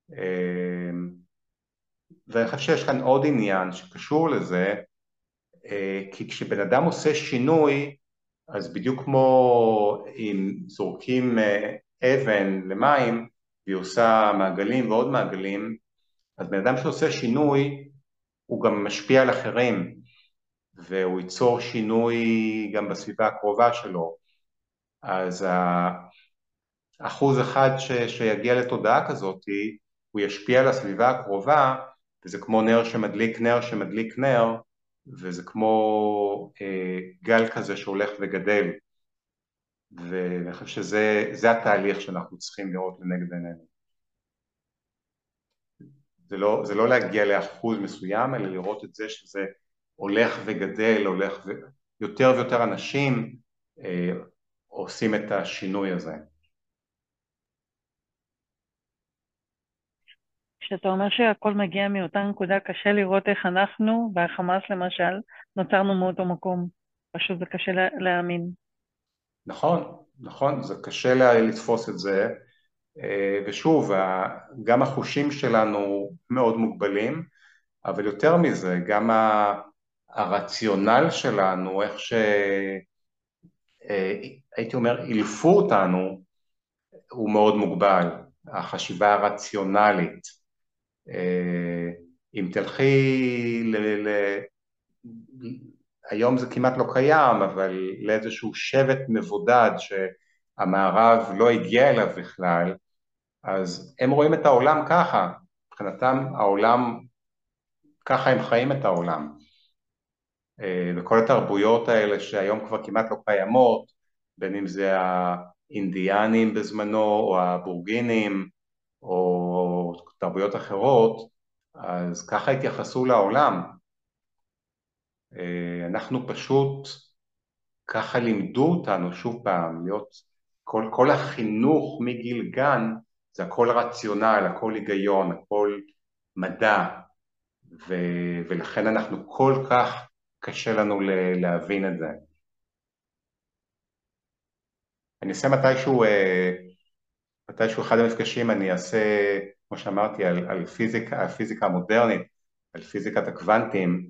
ואני חושב שיש כאן עוד עניין שקשור לזה, כי כשבן אדם עושה שינוי, אז בדיוק כמו אם זורקים אבן למים, והיא עושה מעגלים ועוד מעגלים, אז בן אדם שעושה שינוי, הוא גם משפיע על אחרים, והוא ייצור שינוי גם בסביבה הקרובה שלו. אז האחוז אחד ש, שיגיע לתודעה כזאת, הוא ישפיע על הסביבה הקרובה, וזה כמו נר שמדליק נר שמדליק נר, וזה כמו אה, גל כזה שהולך וגדל. ואני חושב שזה זה התהליך שאנחנו צריכים לראות לנגד עינינו. זה לא, זה לא להגיע לאחוז מסוים, אלא לראות את זה שזה הולך וגדל, הולך ו... יותר ויותר אנשים אה, עושים את השינוי הזה. כשאתה אומר שהכל מגיע מאותה נקודה, קשה לראות איך אנחנו, והחמאס למשל, נוצרנו מאותו מקום. פשוט זה קשה להאמין. נכון, נכון, זה קשה לה לתפוס את זה, ושוב, גם החושים שלנו מאוד מוגבלים, אבל יותר מזה, גם הרציונל שלנו, איך שהייתי אומר, אילפו אותנו, הוא מאוד מוגבל, החשיבה הרציונלית. אם תלכי ל... ל... היום זה כמעט לא קיים, אבל לאיזשהו שבט מבודד שהמערב לא הגיע אליו בכלל, אז הם רואים את העולם ככה, מבחינתם העולם, ככה הם חיים את העולם. וכל התרבויות האלה שהיום כבר כמעט לא קיימות, בין אם זה האינדיאנים בזמנו, או הבורגינים, או תרבויות אחרות, אז ככה התייחסו לעולם. אנחנו פשוט, ככה לימדו אותנו שוב פעם, להיות, כל, כל החינוך מגיל גן, זה הכל רציונל, הכל היגיון, הכל מדע, ו, ולכן אנחנו כל כך קשה לנו להבין את זה. אני אעשה מתישהו, מתישהו אחד המפגשים, אני אעשה, כמו שאמרתי, על, על פיזיקה, הפיזיקה המודרנית, על פיזיקת הקוונטים,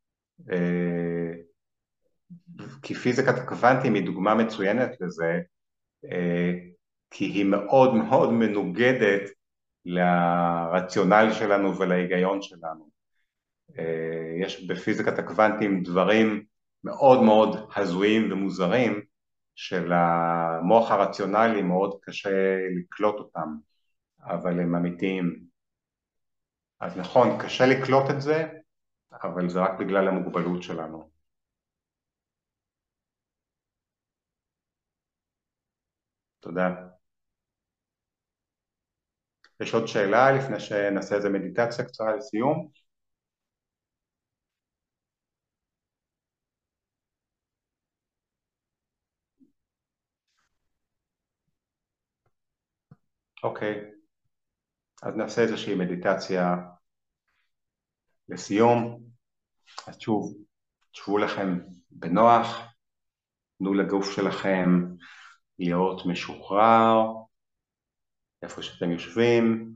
כי פיזיקת הקוונטים היא דוגמה מצוינת לזה, כי היא מאוד מאוד מנוגדת לרציונל שלנו ולהיגיון שלנו. יש בפיזיקת הקוונטים דברים מאוד מאוד הזויים ומוזרים, שלמוח הרציונלי מאוד קשה לקלוט אותם, אבל הם אמיתיים. אז נכון, קשה לקלוט את זה, אבל זה רק בגלל המוגבלות שלנו. תודה. יש עוד שאלה לפני שנעשה איזה מדיטציה קצרה לסיום? אוקיי, אז נעשה איזושהי מדיטציה לסיום. אז שוב, תשבו לכם בנוח, תנו לגוף שלכם להיות משוחרר, איפה שאתם יושבים,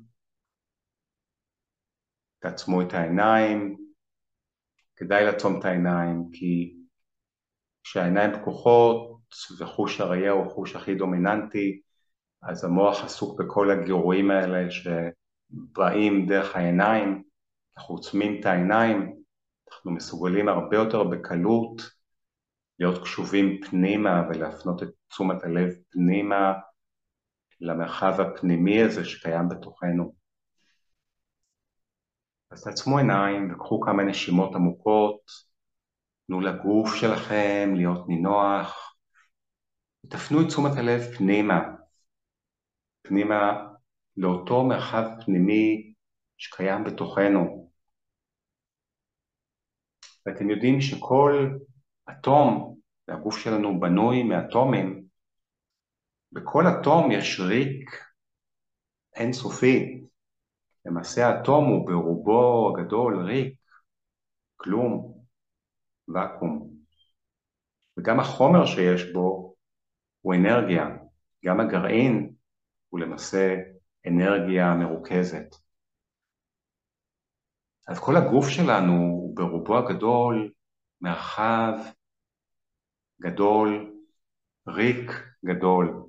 תעצמו את העיניים, כדאי לעצום את העיניים, כי כשהעיניים פקוחות וחוש הראייה הוא החוש הכי דומיננטי, אז המוח עסוק בכל הגירויים האלה שבאים דרך העיניים, אנחנו עוצמים את העיניים, אנחנו מסוגלים הרבה יותר בקלות להיות קשובים פנימה ולהפנות את תשומת הלב פנימה למרחב הפנימי הזה שקיים בתוכנו. אז תעצמו עיניים וקחו כמה נשימות עמוקות, תנו לגוף שלכם להיות נינוח, ותפנו את תשומת הלב פנימה, פנימה לאותו מרחב פנימי שקיים בתוכנו. ואתם יודעים שכל אטום, והגוף שלנו בנוי מאטומים, בכל אטום יש ריק אינסופי. למעשה האטום הוא ברובו הגדול ריק, כלום, וקום. וגם החומר שיש בו הוא אנרגיה, גם הגרעין הוא למעשה אנרגיה מרוכזת. אז כל הגוף שלנו הוא ברובו הגדול מרחב גדול, ריק גדול.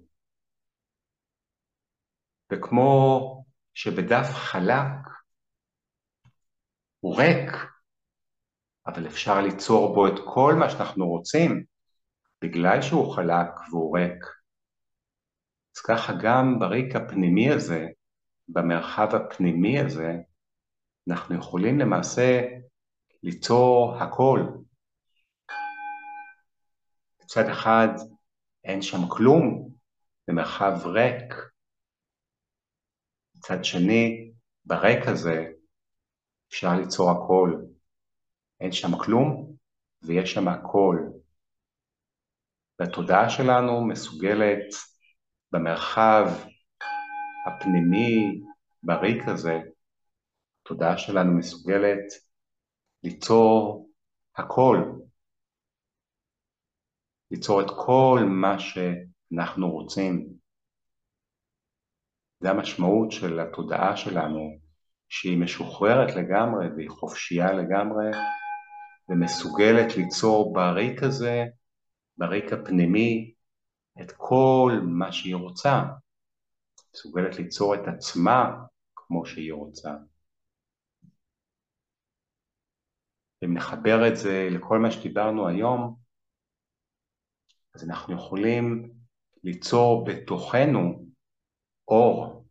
וכמו שבדף חלק הוא ריק, אבל אפשר ליצור בו את כל מה שאנחנו רוצים, בגלל שהוא חלק והוא ריק. אז ככה גם בריק הפנימי הזה, במרחב הפנימי הזה, אנחנו יכולים למעשה ליצור הכל. בצד אחד אין שם כלום, זה מרחב ריק. בצד שני, בריק הזה אפשר ליצור הכל. אין שם כלום ויש שם הכל. והתודעה שלנו מסוגלת במרחב הפנימי, בריק הזה, התודעה שלנו מסוגלת ליצור הכל. ליצור את כל מה שאנחנו רוצים. זה המשמעות של התודעה שלנו, שהיא משוחררת לגמרי והיא חופשייה לגמרי, ומסוגלת ליצור בריק הזה, בריק הפנימי, את כל מה שהיא רוצה. מסוגלת ליצור את עצמה כמו שהיא רוצה. אם נחבר את זה לכל מה שדיברנו היום, אז אנחנו יכולים ליצור בתוכנו אור,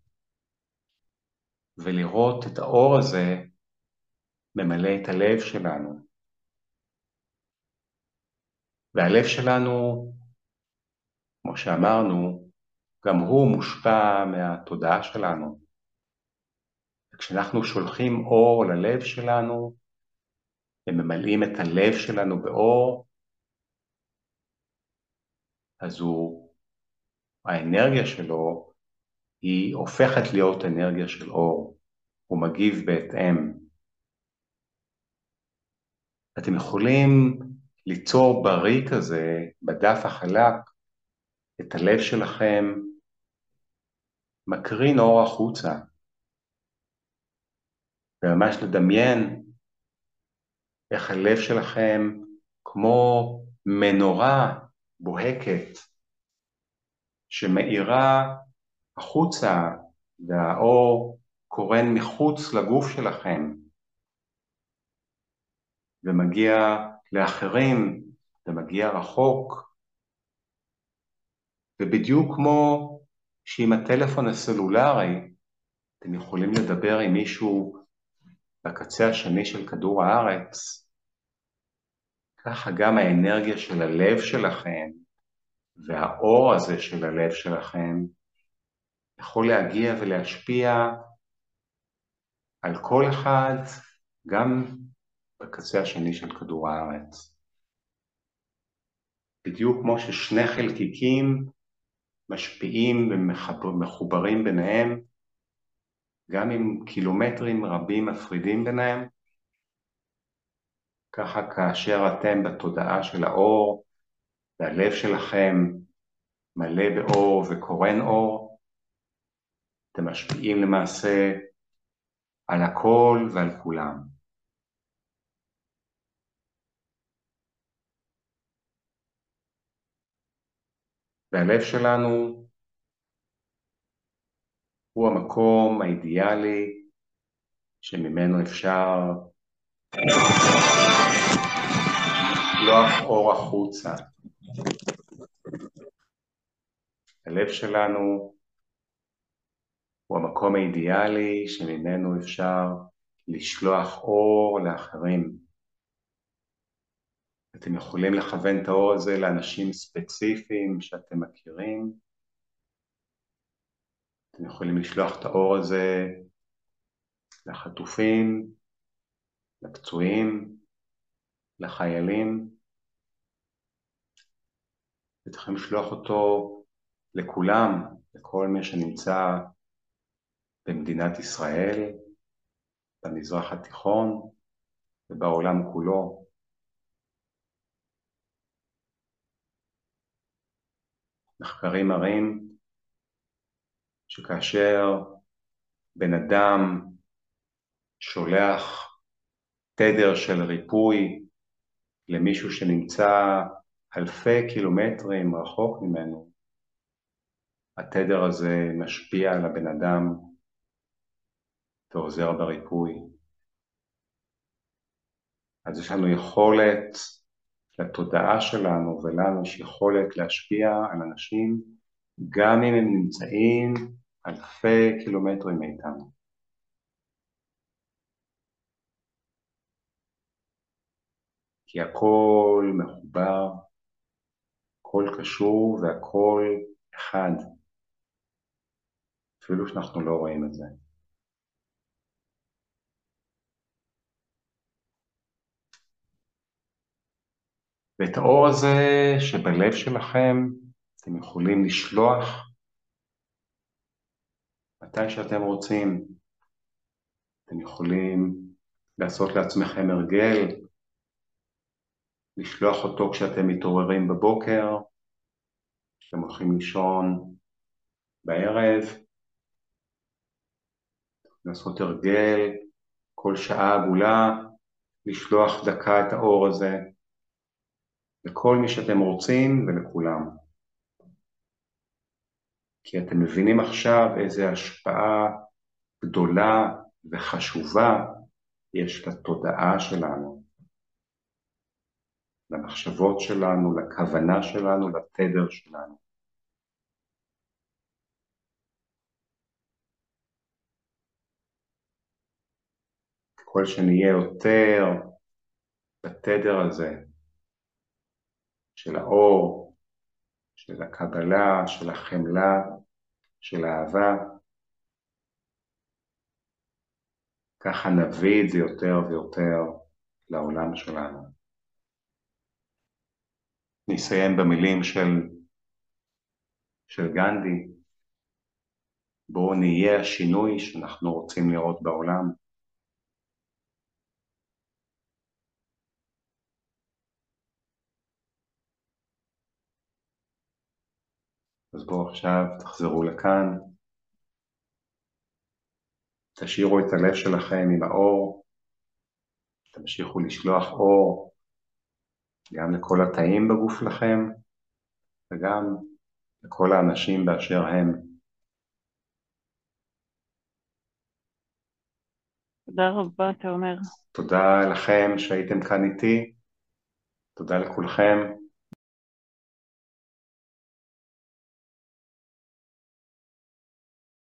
ולראות את האור הזה ממלא את הלב שלנו. והלב שלנו, כמו שאמרנו, גם הוא מושפע מהתודעה שלנו. וכשאנחנו שולחים אור ללב שלנו, וממלאים את הלב שלנו באור, אז הוא, האנרגיה שלו, היא הופכת להיות אנרגיה של אור. הוא מגיב בהתאם. אתם יכולים ליצור בריק הזה, בדף החלק, את הלב שלכם, מקרין אור החוצה. וממש לדמיין איך הלב שלכם כמו מנורה בוהקת, שמאירה החוצה, והאור קורן מחוץ לגוף שלכם, ומגיע לאחרים, ומגיע רחוק. ובדיוק כמו שעם הטלפון הסלולרי, אתם יכולים לדבר עם מישהו בקצה השני של כדור הארץ, ככה גם האנרגיה של הלב שלכם, והאור הזה של הלב שלכם, יכול להגיע ולהשפיע על כל אחד, גם בקצה השני של כדור הארץ. בדיוק כמו ששני חלקיקים משפיעים ומחוברים ביניהם, גם עם קילומטרים רבים מפרידים ביניהם, ככה כאשר אתם בתודעה של האור, והלב שלכם מלא באור וקורן אור, אתם משפיעים למעשה על הכל ועל כולם. והלב שלנו הוא המקום האידיאלי שממנו אפשר לשלוח אור החוצה. הלב שלנו הוא המקום האידיאלי שממנו אפשר לשלוח אור לאחרים. אתם יכולים לכוון את האור הזה לאנשים ספציפיים שאתם מכירים. אתם יכולים לשלוח את האור הזה לחטופים, לפצועים, לחיילים. אתם יכולים לשלוח אותו לכולם, לכל מי שנמצא במדינת ישראל, במזרח התיכון ובעולם כולו. מחקרים מראים שכאשר בן אדם שולח תדר של ריפוי למישהו שנמצא אלפי קילומטרים רחוק ממנו, התדר הזה משפיע על הבן אדם ועוזר בריפוי. אז יש לנו יכולת, לתודעה שלנו ולנו יש יכולת להשפיע על אנשים גם אם הם נמצאים אלפי קילומטרים מאיתנו. כי הכל מחובר, הכל קשור והכל אחד, אפילו שאנחנו לא רואים את זה. ואת האור הזה שבלב שלכם אתם יכולים לשלוח מתי שאתם רוצים. אתם יכולים לעשות לעצמכם הרגל, לשלוח אותו כשאתם מתעוררים בבוקר, כשאתם הולכים לישון בערב, לעשות הרגל כל שעה עגולה, לשלוח דקה את האור הזה לכל מי שאתם רוצים ולכולם. כי אתם מבינים עכשיו איזו השפעה גדולה וחשובה יש לתודעה שלנו, למחשבות שלנו, לכוונה שלנו, לתדר שלנו. ככל שנהיה יותר בתדר הזה של האור, של הקבלה, של החמלה, של האהבה, ככה נביא את זה יותר ויותר לעולם שלנו. נסיים במילים של, של גנדי, בואו נהיה השינוי שאנחנו רוצים לראות בעולם. אז בואו עכשיו תחזרו לכאן, תשאירו את הלב שלכם עם האור, תמשיכו לשלוח אור גם לכל התאים בגוף לכם וגם לכל האנשים באשר הם. תודה רבה, תומר. תודה לכם שהייתם כאן איתי, תודה לכולכם.